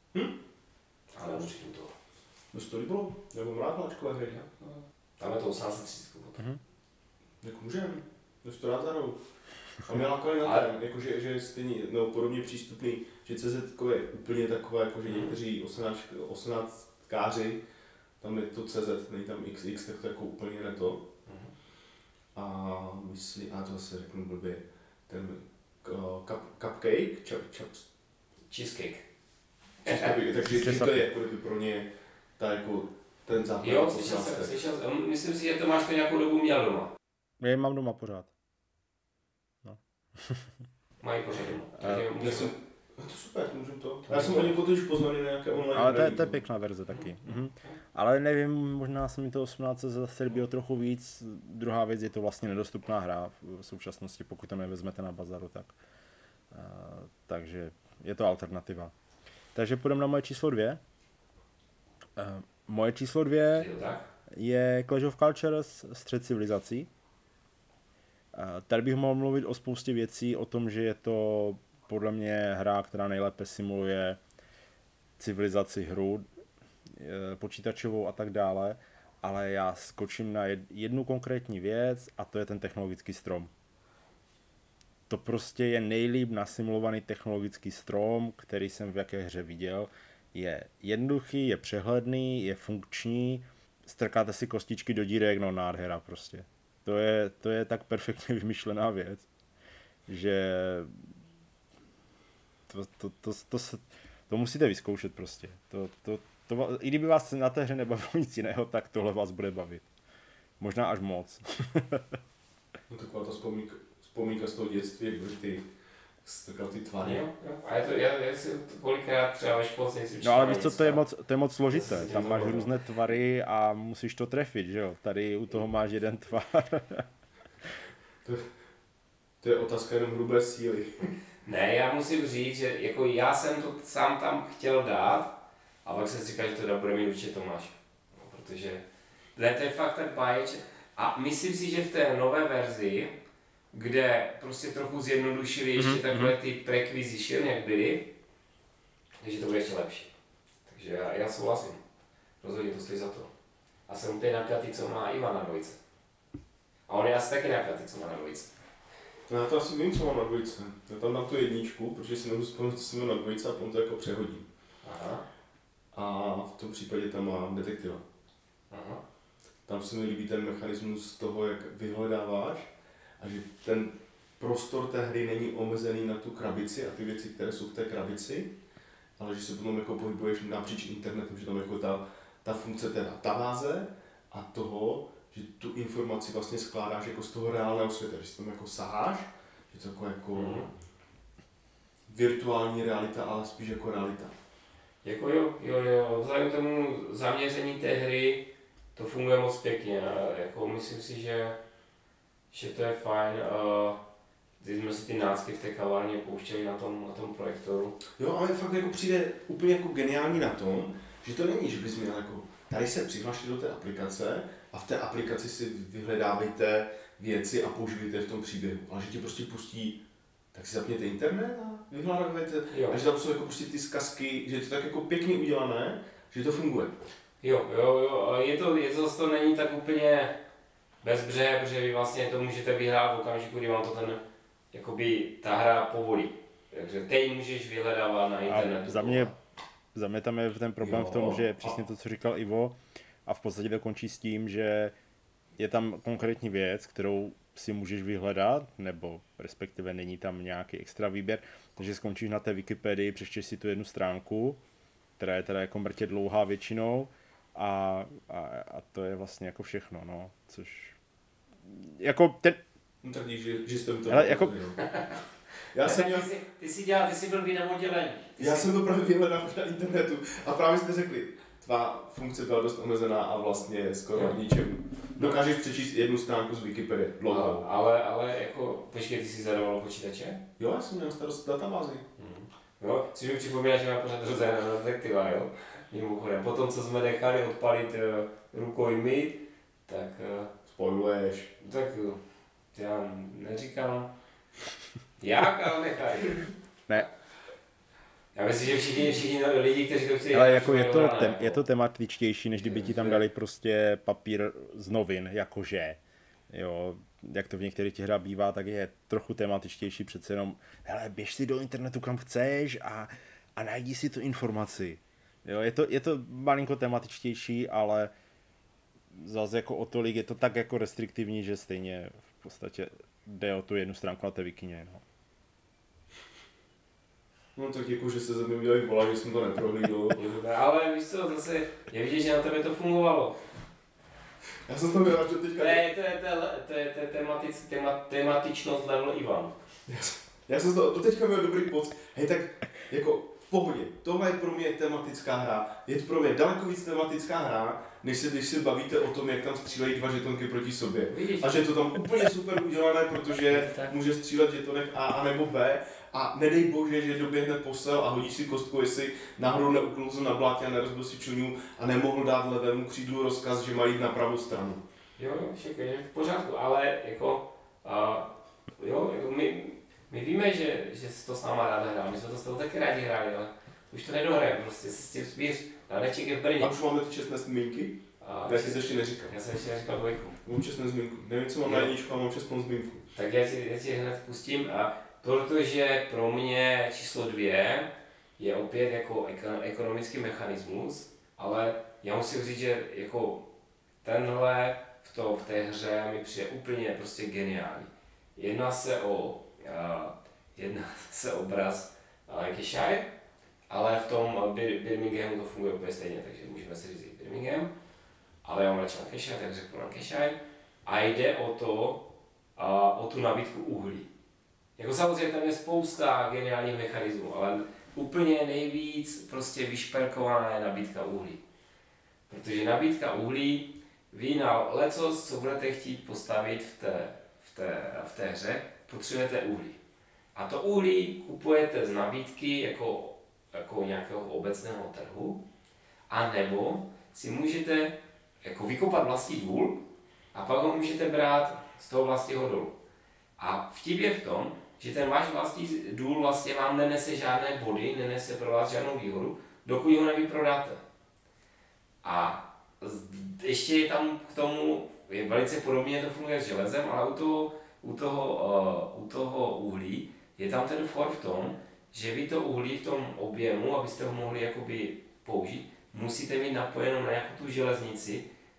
B: Ale určitě to.
A: No to líbilo, nebo rád hláčkové hry.
B: Tam je to 1830 potom.
A: Jak můžem, to rád zahraju. A mě lákali na ten, jakože je stejný, nebo podobně přístupný že CZ je úplně takové, jako že někteří 18káři, tam je to CZ, není tam XX, tak to jako úplně ne to. A myslí, a to zase řeknu blbě, ten cupcake,
B: Cheesecake.
A: Takže to je jako pro ně ta jako ten základ.
B: Jo, slyšel jsem. Myslím si, že to máš to nějakou dobu měl doma.
D: Já ji mám doma pořád.
B: Mají pořád doma.
A: To super, můžu to. Já jsem o někoho už poznal nějaké online.
D: Ale to je pěkná verze taky. Ale nevím, možná se mi to 18 zase líbilo trochu víc. Druhá věc je to vlastně nedostupná hra v současnosti, pokud to nevezmete na bazaru, tak. Takže je to alternativa. Takže půjdeme na moje číslo 2. Moje číslo 2 je Clash of Cultures, Střet civilizací. Tady bych mohl mluvit o spoustě věcí, o tom, že je to podle mě hra, která nejlépe simuluje civilizaci, hru, počítačovou a tak dále, ale já skočím na jednu konkrétní věc a to je ten technologický strom. To prostě je nejlíp nasimulovaný technologický strom, který jsem v jaké hře viděl. Je jednoduchý, je přehledný, je funkční, strkáte si kostičky do dírek, no nádhera prostě. To je tak perfektně vymyšlená věc, že to musíte vyzkoušet prostě. I kdyby vás na té hře nebavilo nic jiného, tak tohle vás bude bavit. Možná až moc.
A: No taková ta vzpomínka z toho dětství, jak byly ty strkal ty tvary.
B: Jo. A já si kolikrát třeba ve školce nejsi
D: No ale víš co, to je moc složité. Tam máš různé tvary a musíš to trefit, že jo? Tady u toho máš jeden tvar.
A: To je otázka jenom hrubé síly.
B: Ne, já musím říct, že jako já jsem to sám tam chtěl dát, a pak jsem si říkal, že to bude mít určitě Tomáš. No, protože to je fakt tak báječné. A myslím si, že v té nové verzi, kde prostě trochu zjednodušili ještě takové ty prequisition, jak byly, takže to bude ještě lepší. Takže já souhlasím. Rozhodně to stojí za to. A jsem úplně napjatý, co má Ivan na dvojce. A on je asi taky napjatý, co má na dvojce.
A: No já to asi vím, co mám na dvojce. Já tam dám tu jedničku, protože si nemůžu vzpomenout, co jsem měl na dvojce a potom to jako přehodím.
B: Aha.
A: A v tom případě tam mám detektiva.
B: Aha.
A: Tam se mi líbí ten mechanismus toho, jak vyhledáváš a že ten prostor té hry není omezený na tu krabici a ty věci, které jsou v té krabici, ale že se potom jako pohybuješ napříč internetem, že tam jako ta funkce té databáze a toho, že tu informaci vlastně skládáš jako z toho reálného světa, že si tam jako saháš, že to jako virtuální realita, ale spíš jako realita.
B: Jako jo, vzhledem k tomu zaměření té hry to funguje moc pěkně, jako myslím si, že to je fajn. Když jsme si ty nácky v té kavárně pouštěli na tom projektoru.
A: Jo, ale fakt jako přijde úplně jako geniální na tom, že to není, že bys měl jako, tady se přihlašte do té aplikace a v té aplikaci si vyhledávejte věci a používejte v tom příběhu, ale že ti prostě pustí, tak si zapněte internet a vyhledávejte, a že tam jsou jako prostě ty zkazky, že je to tak jako pěkně udělané, že to funguje.
B: Jo, je to zase to není tak úplně bezbřehé, protože vy vlastně to můžete vyhrát v okamžiku, kdy vám to jakoby ta hra povolí. Takže teď můžeš vyhledávat na internetu.
D: Za mě tam je ten problém v tom, že je přesně to, co říkal Ivo, a v podstatě to končí s tím, že je tam konkrétní věc, kterou si můžeš vyhledat, nebo respektive není tam nějaký extra výběr, takže skončíš na té Wikipedii, přečteš si tu jednu stránku, která je teda jako mrtě dlouhá většinou, a to je vlastně jako všechno, no, což jako ten...
A: No tak dík, že jste mi to
D: jako...
B: Ty jsi byl v jiném oddělení.
A: Já jsem to právě vyhledal na internetu a právě jste řekli, tvá funkce byla dost omezená a vlastně skoro k ničemu. Dokážeš přečíst jednu stránku z Wikipedie, dlouhou.
B: Ale jako, počkej, ty jsi zadával počítače?
A: Jo, já jsem měl starost databázy.
B: Jo, což mi připomíná, že má pořád rozehraného detektiva, jo? Mimochodem, potom, co jsme nechali odpalit rukojmí, tak...
A: Spoiluješ.
B: Tak jo, já neříkám, jak, ale nechaj.
D: Ne.
B: Já myslím, že všichni lidi, kteří to chtějí...
D: Ale jako je to tematičtější, než kdyby ti tam dali prostě papír z novin, jakože, jo, jak to v některých těch hrách bývá, tak je trochu tematičtější, přece jenom, hele, běž si do internetu kam chceš a najdi si tu informaci. Jo, je to malinko tematičtější, ale zase jako o tolik je to tak jako restriktivní, že stejně v podstatě jde o tu jednu stránku na té vikině. No.
A: No tak jako, že se ze mě udělali volat, že jsem to neprohlídl.
B: Ale víš co, zase je vidět, že na tebe to fungovalo.
A: Já jsem to měl až do teďka.
B: To je tematičnost level Ivan.
A: Já jsem to do teďka měl dobrý pocit. Hej, tak jako v pohodě. Tohle je pro mě tematická hra. Je to pro mě daleko víc tematická hra, než se, když se bavíte o tom, jak tam střílejí dva žetonky proti sobě.
B: Vidíš?
A: A že je to tam úplně super udělané, protože může střílet žetonek A nebo B. A nedej bože, že doběhne posel a hodíš si kostku, jestli náhodou neuklouzl na blátě a nerozbil si čuňu a nemohl dát levému křídlu rozkaz, že má jít na pravou stranu.
B: Jo, všechno je v pořádku, ale jako, jako my víme, že to s náma ráda hrál, my jsme to s toho taky rádi hráli, ale už to nedohrajeme, prostě si s tím spíš, Daneček je v Brně.
A: A už máme ty čestné zmínky? Já si to ještě neříkal.
B: Já jsem ještě neříkal dvojku.
A: Mám čestnou zmínku. Nevím, co mám na jedničku, a mám čestnou zmínku.
B: Tak já ti hned pustím, protože pro mě číslo 2 je opět jako ekonomický mechanismus, ale já musím říct, že jako tenhle v té hře mi přijde úplně prostě geniální. Jedná se o obraz Lancashire, ale v tom Birminghamu to funguje úplně stejně, takže můžeme si říct Birmingham, ale já mám radši Lancashire, tak řeknu Lancashire. A jde o tu nabídku uhlí. Jako samozřejmě tam je spousta geniálních mechanismů, ale úplně nejvíc prostě vyšperkovaná je nabídka uhlí. Protože nabídka uhlí, vy na lecos, co budete chtít postavit v té hře, potřebujete uhlí. A to uhlí kupujete z nabídky jako nějakého obecného trhu, anebo si můžete jako vykopat vlastní důl a pak ho můžete brát z toho vlastního dolu. A vtip je v tom, že ten váš vlastní důl vlastně vám nenese žádné body, nenese pro vás žádnou výhodu, dokud ho nevyprodáte. A ještě je tam k tomu, je velice podobně to funguje s železem, ale u toho uhlí je tam ten for v tom, že vy to uhlí v tom objemu, abyste ho mohli jakoby použít, musíte mít napojeno na nějakou tu železnici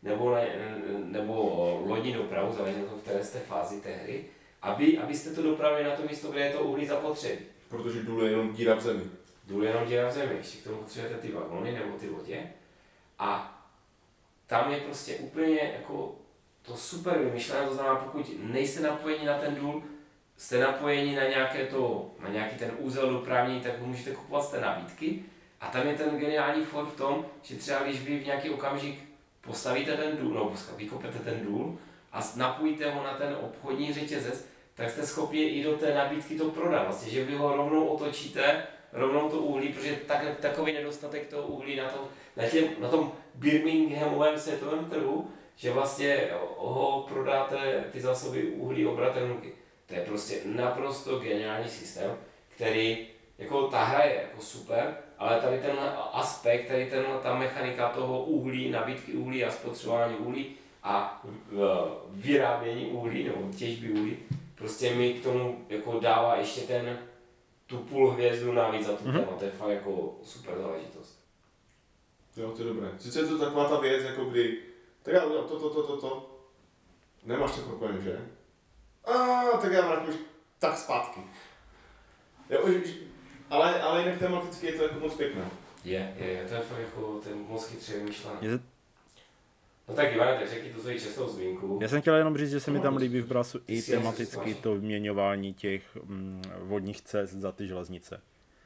B: nebo lodní dopravu, záleží na to, v které jste fázi té hry, abyste to dopravili na to místo, kde je to uhlí zapotřebí.
A: Protože důl je jenom díra v zemi.
B: Důl je jenom díra v zemi, ještě k tomu potřebujete ty vagony nebo ty lodě. A tam je prostě úplně jako to super vymyšlené, to znamená, pokud nejste napojeni na ten důl, jste napojeni na nějaký ten úzel dopravní, tak ho můžete kupovat z té nabídky. A tam je ten geniální for v tom, že třeba když vy v nějaký okamžik postavíte ten důl, no vykopete ten důl a napojíte ho na ten obchodní řetězec, tak jste schopni i do té nabídky to prodat. Vlastně, že vy ho rovnou otočíte, rovnou to uhlí, protože takový nedostatek toho uhlí na tom Birminghamovém světovém trhu, že vlastně ho prodáte ty zásoby uhlí obratem ruky. To je prostě naprosto geniální systém, který, jako ta hra je jako super, ale tady ten aspekt, ta mechanika toho uhlí, nabídky uhlí a spotřebování uhlí a vyrábění uhlí nebo těžby uhlí, prostě mi k tomu jako dává ještě tu půl hvězdu navíc za tu téma, to je fakt jako super záležitost.
A: Jo, to je dobré. Sice je to taková ta věc, jako kdy, tak já udělám to. Nemáš to propojené, že? Tak já vrátím už tak zpátky. Jo, ale jinak tematicky je to jako moc pěkné.
B: Je, to je fakt jako ten moc chytře vymyšlený.
D: Je to...
B: No tak Ivane, tak řekni tu svoji čestou zmínku.
D: Já jsem chtěl jenom říct, že se mi tam líbí v Brasu i tematicky to vyměňování těch vodních cest za ty železnice.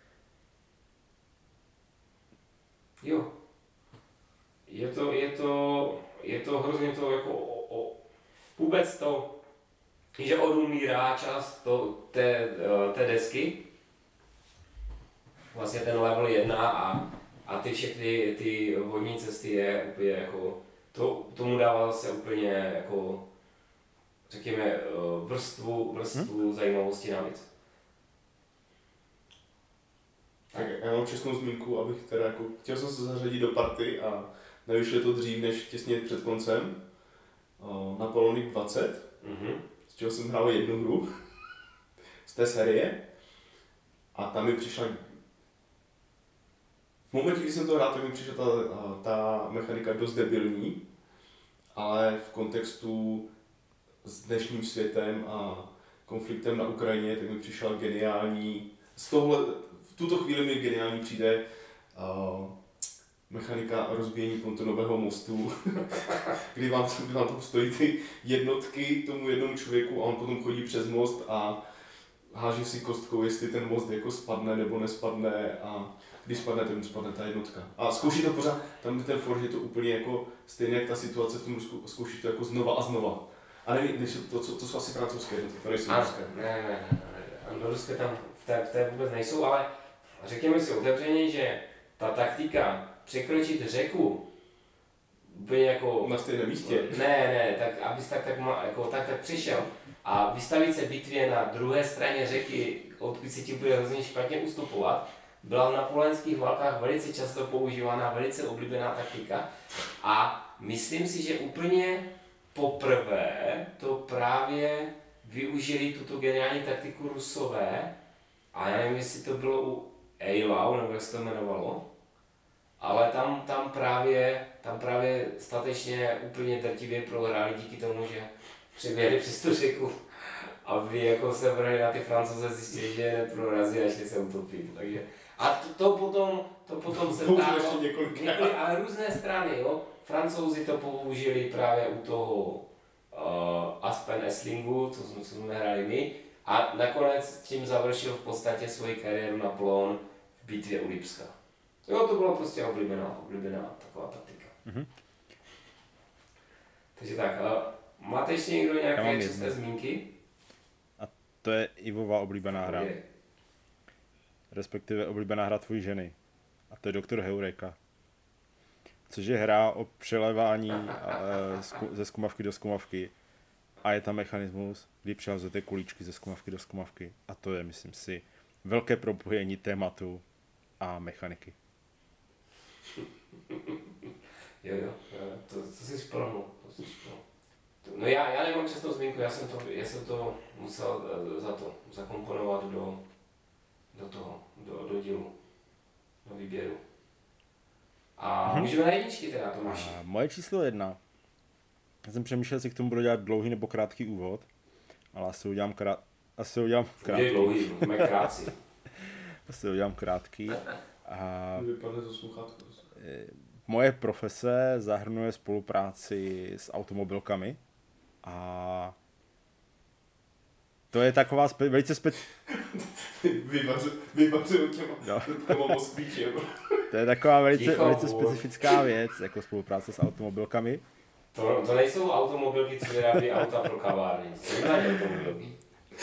B: Jo. Je to hrozně to jako vůbec to, že odumírá část té desky, vlastně ten level 1 a ty všechny ty vodní cesty je úplně jako, tomu dává zase úplně jako, řekněme, vrstvu zajímavosti navíc.
A: Tak já mám čestnou zmínku, abych teda jako, chtěl jsem se zařadit do party a nevyšlo to dřív než těsně před koncem. Na Polonik 20 s čeho jsem hrál jednu hru z té série a tam mi přišla v momentě, kdy jsem to hrál, tak mi přišla ta mechanika dost debilní, ale v kontextu s dnešním světem a konfliktem na Ukrajině, tak mi přišla geniální, v tuto chvíli mi geniální přijde mechanika rozbíjení pontonového mostu, kdy vám tam stojí ty jednotky tomu jednomu člověku a on potom chodí přes most a háže si kostkou, jestli ten most jako spadne nebo nespadne a když spadne, tak spadne ta jednotka. A zkouší to pořád, tam ten Forge je to úplně jako stejně jak ta situace v tom Rusku, zkouší to jako znova a znova. A nevím, to jsou asi francouzské jednotky, to nejsou ruské.
B: Ne. Ruské tam v té vůbec nejsou, ale řekněme si otevřeně, že ta taktika překročit řeku úplně jako...
A: Na stejném místě.
B: Ne, tak abys tak přišel a vystavit se bitvě na druhé straně řeky, odkud se ti bude hrozně špatně ustupovat, byla v napoleonských válkách velice často používaná, velice oblíbená taktika a myslím si, že úplně poprvé to právě využili tuto geniální taktiku Rusové a já nevím, jestli to bylo u Eylau, nebo jak se to jmenovalo, ale tam právě statečně úplně drtivě prohráli díky tomu, že přeběhli přes tu řeku, aby jako se vrhli na ty Francouze, zjistili, že neprorazí a šli se utopit. Takže a to potom se táhlo ale různé strany, jo. Francouzi to použili právě u toho Aspen Esslingu, co jsme hráli my, a nakonec tím završil v podstatě svoji kariéru Napoleon v bitvě u Lipska. Jo, to byla prostě oblíbená taková taktika. Mm-hmm. Takže tak, máte ještě někdo nějaké časté zmínky?
D: A to je Ivova oblíbená hra. Respektive oblíbená hra tvojí ženy. A to je Doktor Heureka. Což je hra o přelévání ze zkumavky do zkumavky. A je tam mechanismus, kdy přehazujete kulíčky ze zkumavky do zkumavky. A to je, myslím si, velké propojení tématu a mechaniky.
B: Jo, to si spolnul. No já nemám častou zmínku, já jsem to musel zakomponovat do dílu, do výběru. A můžeme na jedničky teda, Tomáši.
D: Moje číslo 1. Já jsem přemýšlel, jestli k tomu budu dělat dlouhý nebo krátký úvod, ale asi udělám krátký.
B: Je dlouhý, můžeme krátci.
D: Asi udělám krátký.
A: Vypadne to sluchátko.
D: Moje profese zahrnuje spolupráci s automobilkami a to je taková velice
A: Vyvařil těma Moskvíčem.
D: To je taková velice specifická věc, jako spolupráce s automobilkami.
B: To nejsou automobilky, co vyrábí auta pro kavárny. To vyrábí automobilky.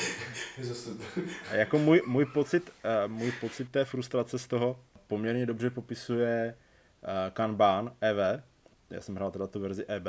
D: A jako můj pocit té frustrace z toho poměrně dobře popisuje Kanban EV. Já jsem hrál teda tu verzi EB.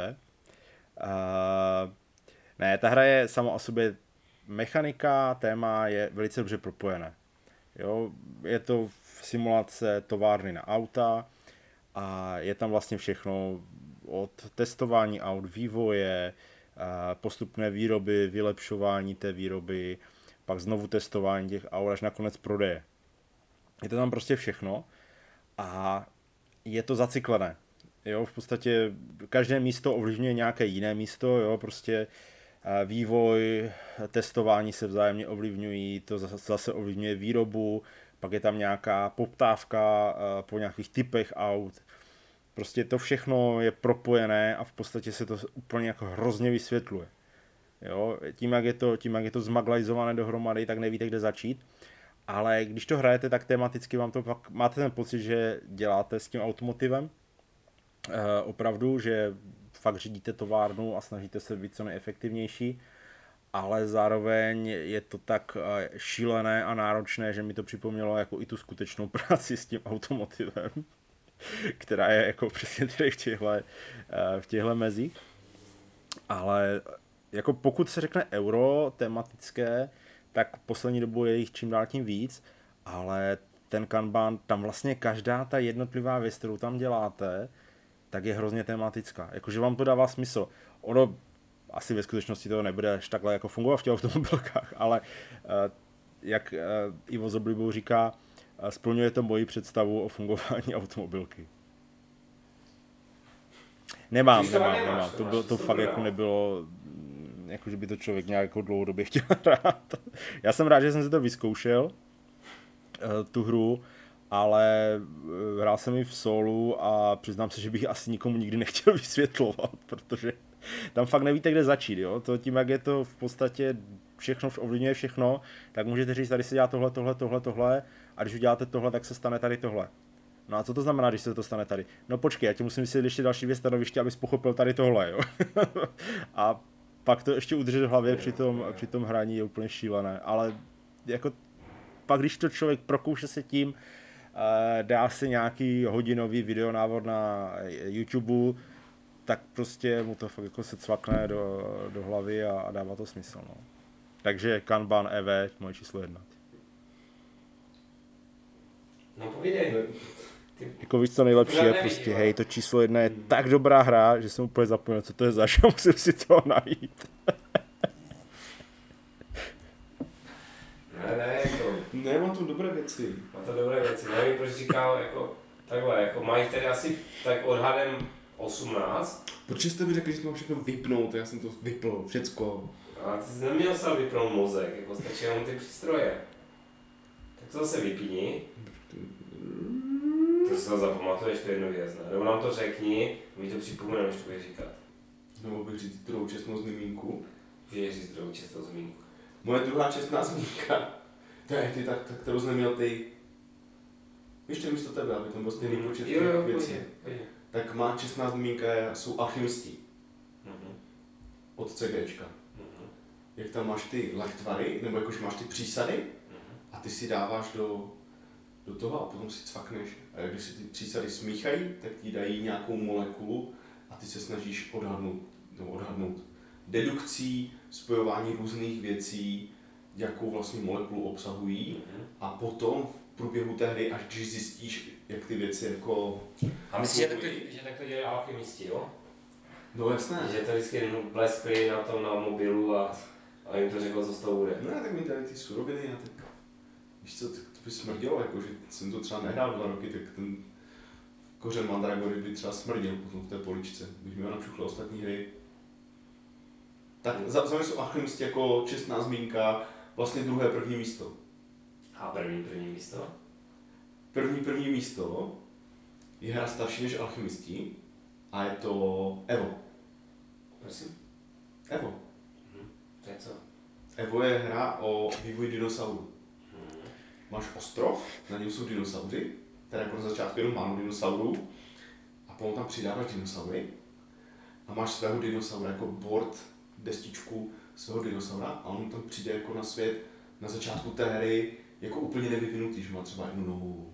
D: Ne, ta hra je sama o sobě mechanika, téma je velice dobře propojené. Jo, je to simulace továrny na auta a je tam vlastně všechno od testování aut, vývoje, postupné výroby, vylepšování té výroby, pak znovu testování těch aut až nakonec prodeje. Je to tam prostě všechno a je to zacyklené. Jo, v podstatě každé místo ovlivňuje nějaké jiné místo, jo, prostě vývoj, testování se vzájemně ovlivňují, to zase ovlivňuje výrobu, pak je tam nějaká poptávka po nějakých typech aut. Prostě to všechno je propojené a v podstatě se to úplně jako hrozně vysvětluje. Jo, tím, jak je to zmaglajzované dohromady, tak nevíte, kde začít. Ale když to hrajete, tak tematicky vám to pak, máte ten pocit, že děláte s tím automotivem. Opravdu, že fakt řídíte továrnu a snažíte se být co nejefektivnější, ale zároveň je to tak šílené a náročné, že mi to připomnělo jako i tu skutečnou práci s tím automotivem, která je jako přesně tady v těchto mezích. Ale jako pokud se řekne euro tematické, tak poslední dobu je jich čím dál tím víc, ale ten Kanban, tam vlastně každá ta jednotlivá věc, kterou tam děláte, tak je hrozně tematická. Jakože vám to dává smysl. Ono, asi ve skutečnosti to nebude až takhle jako fungovat v těch automobilkách, ale jak Ivo s oblibou říká, splňuje to moji představu o fungování automobilky. Nemám. To fakt jako nebylo, jako že by to člověk nějak jako dlouhodobě chtěl hrát. Já jsem rád, že jsem si to vyzkoušel, tu hru, ale hrál jsem ji v solu a přiznám se, že bych asi nikomu nikdy nechtěl vysvětlovat, protože tam fakt nevíte, kde začít, jo. To tím, jak je to v podstatě všechno, ovlivňuje všechno, tak můžete říct, tady se dělá tohle a když uděláte tohle, tak se stane tady tohle. No a co to znamená, když se to stane tady? No počkej, já ti musím vysvětlit ještě další 2 stanoviště, abys pochopil tady tohle, jo. A pak to ještě udržet v hlavě při tom hraní je úplně šílené, ale jako pak když to člověk prokouše se tím, dá si nějaký hodinový videonávod na YouTube, tak prostě mu to fakt jako se cvakne do hlavy a dává to smysl, no. Takže Kanban EV, moje číslo 1.
B: No povídej.
D: Jako víš, co nejlepší je prostě, hej, to číslo 1 je tak dobrá hra, že jsem úplně zapomněl, co to je zač, musím si to najít.
A: Ne, mám tu dobré věci.
B: Nevím, proč říkal jako takhle, jako mají tady asi tak odhadem 18.
A: Proč jste mi řekli, že to mám všechno vypnout, já jsem to vypl, všecko.
B: A ty jsi neměl se vypnout mozek, jako stačí jenom ty přístroje. Tak to zase vypni. Ty si to zapamatuješ, to jednu věc, ne? Nebo nám to řekni, my to připomeneme, než to budeš říkat.
A: Nebo bych říct druhou čestnou zmínku.
B: Můžeš říct druhou čestnou zmínku.
A: Moje druhá čestná zmínka, to je ty, tak kterou jsi neměl ty. Ještě místo tebe, aby tam byl stejný počet věcí. Tak má čestná zmínka jsou alchymisti. Od CGčka. Jak tam máš ty lektvary, nebo jakože máš ty přísady a ty si dáváš do toho a potom si cvakneš. A když si ty přísady smíchají, tak ti dají nějakou molekulu a ty se snažíš odhadnout dedukcí, spojování různých věcí, jakou vlastně molekulu obsahují a potom v průběhu té hry, až když zjistíš, jak ty věci jako...
B: A myslíš, že tak to dělají alchymisti, jo?
A: No jasné.
B: Že to vždycky jenom bleskli na tom na mobilu a jim to řeklo, co z toho bude.
A: No tak mi tady ty suroviny a tak... Víš co, to by smrdělo, jako, že jsem to třeba nehrál 2 roky, tak ten kořen mandragory by třeba smrděl potom v té poličce, bych měl napřuchl ostatní hry. Tak za mě jsou alchymisti jako čestná zmínka, vlastně druhé první místo.
B: A první místo?
A: První místo je hra starší než alchymisti a je to Evo.
B: Prosím?
A: Evo.
B: To je co?
A: Evo je hra o vývoji dinosaurů. Máš ostrov, na něm jsou dinosauři, teda jako na začátku jenom málo dinosaurů a potom tam přidáváš dinosaury a máš svého dinosaura jako board, destičku svého dinosaura a on tam přijde jako na svět na začátku té hry jako úplně nevyvinutý, že má třeba jednu nohu,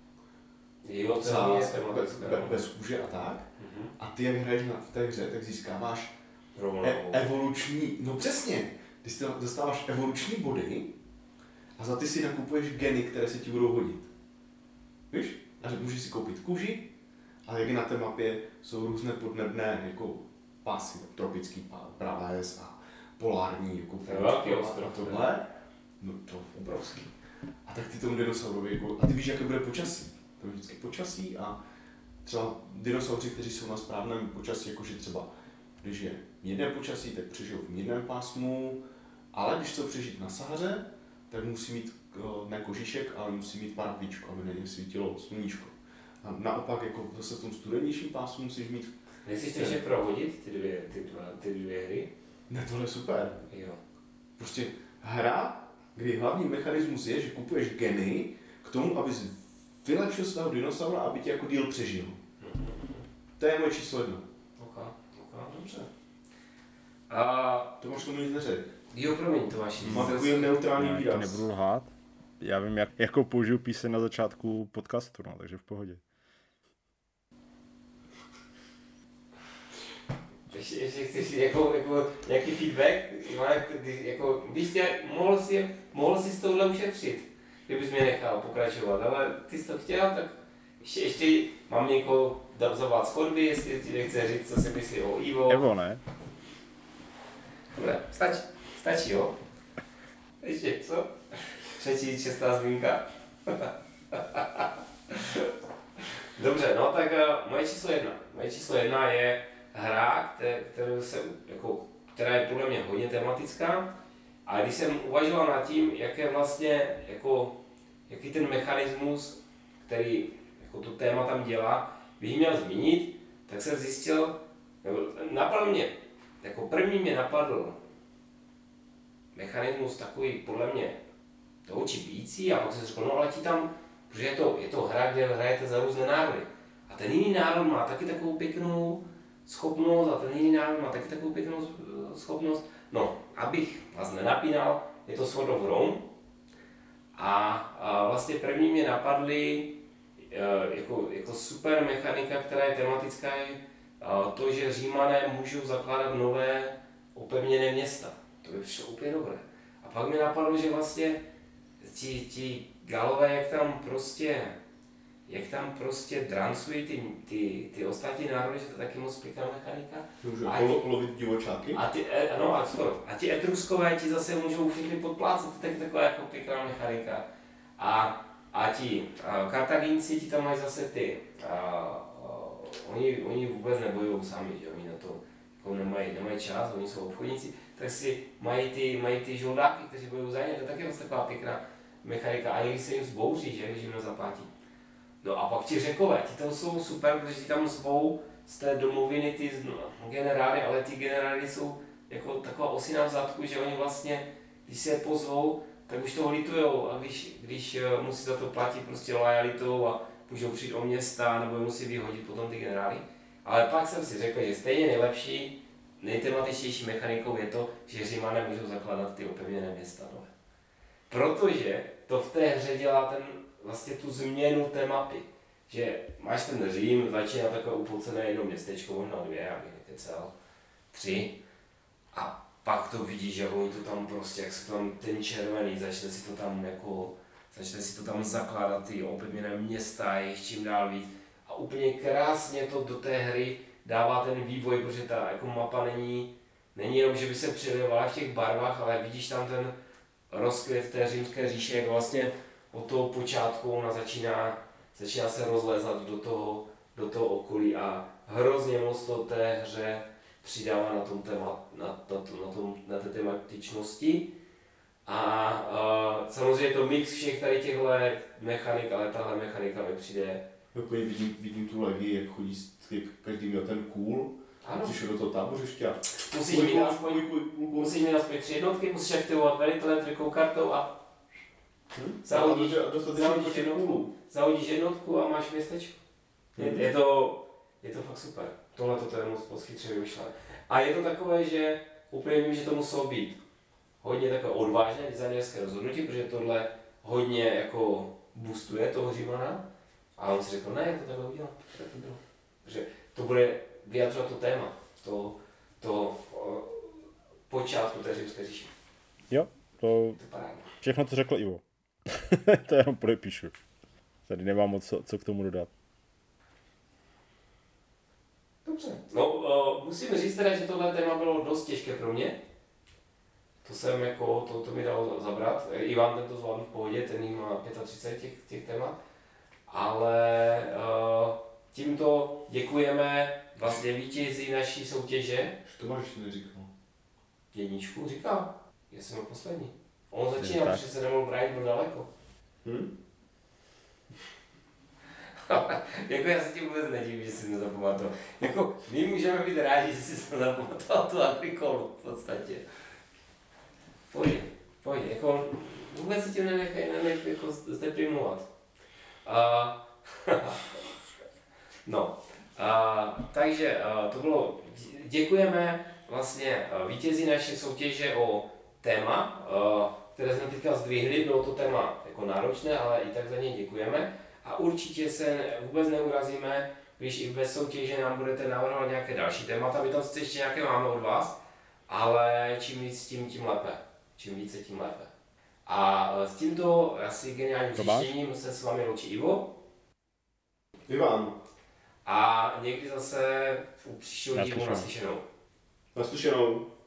A: bez kůže a tak. A ty jak hraješ v té hře, tak získáváš evoluční, no přesně, ty dostáváš evoluční body a za ty si nakupuješ geny, které se ti budou hodit. Víš? A že můžeš si koupit kůži a jak na té mapě jsou různé podnebné jako pásy, tropický prales a polární jako
B: velký ostrov,
A: tohle. No to je obrovský. A tak ty tomu dinosaurovi jako, a ty víš, jaké bude počasí. To je vždycky počasí a třeba dinosauři, kteří jsou na správném počasí, jakože třeba když je mírné počasí, tak přežijou v mírném pásmu, ale když chcou přežít na Sahaře, tak musí mít ne kožišek, ale musí mít parapíčko, aby na něm svítilo sluníčko. A naopak, jako zase v tom studenějším pásmu musíš mít...
B: Nechceš to ještě prohodit, ty dvě hry?
A: Ne, tohle je super.
B: Jo.
A: Prostě hra, kdy hlavní mechanismus je, že kupuješ geny k tomu, abys vylepšil svého dinosaura, aby tě jako díl přežil. To je moje číslo 1.
B: Ok, dobře. A
A: to máš tomu nic neřekl.
B: Jo, promiň, to máš
A: Má takový neutrální výraz.
D: Nebudu lhát. Já vím, jak jako použiju píseň na začátku podcastu, no, takže v pohodě.
B: Ještě chceš jako nějaký feedback? Jako, víš, mohl jsi s touhle ušetřit, kdybys mě nechal pokračovat, ale ty jsi to chtěl, tak ještě mám někoho zavolat z chodby, jestli ti nechce říct, co si myslí o Ivo.
D: Evo, ne?
B: Dobré, stačí, jo? Ještě, co? Třetí, čestná zmínka. Dobře, no tak moje číslo 1. Moje číslo 1 je hra, která je podle mě hodně tematická. A když jsem uvažoval nad tím, jaký ten mechanismus, který jako to téma tam dělá, bych měl zmínit, tak jsem zjistil, jako první mě napadl mechanismus takový podle mě do očí bíjící a pak jsem řekl, no ale ti tam, protože je to hra, kde hrajete za různé národy. A ten jiný národ má taky takovou pěknou schopnost a ten jiný národ má taky takovou pěknou schopnost. No, abych vás nenapínal, je to Sword of Rome. A vlastně první mě napadly jako super mechanika, která je tematická, je to, že Římané můžou zakládat nové opevněné města. To by přišlo úplně dobré. A pak mi napadlo, že vlastně ti Galové, jak tam prostě drancují ty ostatní národy, že to taky moc pěkná mechanika.
A: Můžu lovit divočáky?
B: A ti Etruskové ti zase můžou všechny podplácet, to je taková jako pěkná mechanika. A ti Kartagínci ti tam mají zase oni vůbec nebojují sami, že oni na to jako nemají čas, oni jsou obchodníci, tak si mají ty žoldáky, kteří bojují za ně, to je taky vlastně taková pěkná mechanika, a když se jim zbouří, že, když jim nezaplatí. No a pak ti Řekové, ti tam jsou super, protože ti tam zvou z té domoviny ty generály, ale ty generály jsou jako taková osina v zadku, že oni vlastně, když se je pozvou, tak už toho litujou a když musí za to platit prostě lojalitou a můžou přijít o města nebo je musí vyhodit potom ty generály. Ale pak jsem si řekl, že stejně nejlepší, nejtematičtější mechanikou je to, že Římané můžou zakládat ty opevněné města nové. Protože to v té hře dělá vlastně tu změnu té mapy. Že máš ten Řím, začíná takové upolcené jedno městečko, možná 2, abych nekecel, 3. A pak to vidíš, že oni to tam prostě, jak se tam ten červený, začne si to tam zakládat, ty opevněné města, jejich čím dál víc. A úplně krásně to do té hry dává ten vývoj, protože ta jako mapa není jenom, že by se přelivala v těch barvách, ale vidíš tam ten rozkvět té římské říše, jak vlastně od toho počátku ona začíná se rozlézat do toho okolí a hrozně moc to té hře přidává na té tematičnosti. A samozřejmě je to mix všech tady těchto mechanik, ale tahle mechanika mi přijde.
A: Vidím tu legii, jak chodí, každý měl ten kůl, přišel do toho tábořiště a
B: musíš mít aspoň 3 jednotky, musíš aktivovat velitele trikou kartou a zahodíš jednotku a máš městečko. Je to fakt super. Tohle to je moc chytře vymyšlené. A je to takové, že úplně vím, že to muselo být hodně takové odvážné designerské rozhodnutí, protože tohle hodně jako boostuje toho Římana. A on si řekl, ne, to takhle udělám. Protože to bude vyjadřovat to téma, to počátku té římské říše.
D: Jo, to všechno, co řekl Ivo. To jenom podepíšu. Tady nemám moc co k tomu dodat.
B: Dobře. No, musím říct teda, že tohle téma bylo dost těžké pro mě. To mi dalo zabrat. Ivan ten to zvládl v pohodě, ten jich má 35 těch témat. Ale tímto děkujeme vlastně vítězi naší soutěže.
A: To máš ještě neříkal.
B: 1 říkal. Já jsem byl poslední. On začínal, protože se nemohl brát, byl daleko. Jako já se tím vůbec nedivím, že si nezapamatoval. Jako my můžeme být rádi, že si nezapamatoval tu agrikolu v podstatě. Pojď, jako vůbec se tím nenechaj jako zdeprimovat. Takže to bylo, děkujeme vlastně vítězi naší soutěže o téma, které jsme teďka zdvihli, bylo to téma jako náročné, ale i tak za ně děkujeme. A určitě se vůbec neurazíme, když i bez soutěže nám budete navrhovat nějaké další témata. My tam sice ještě nějaké máme od vás, ale čím víc tím lépe. Čím více, tím lépe. A s tímto asi geniálním zjištěním se s vámi loučí Ivo.
A: Ivan.
B: A někdy zase u příštího dílu naslyšenou.
A: Naslyšenou.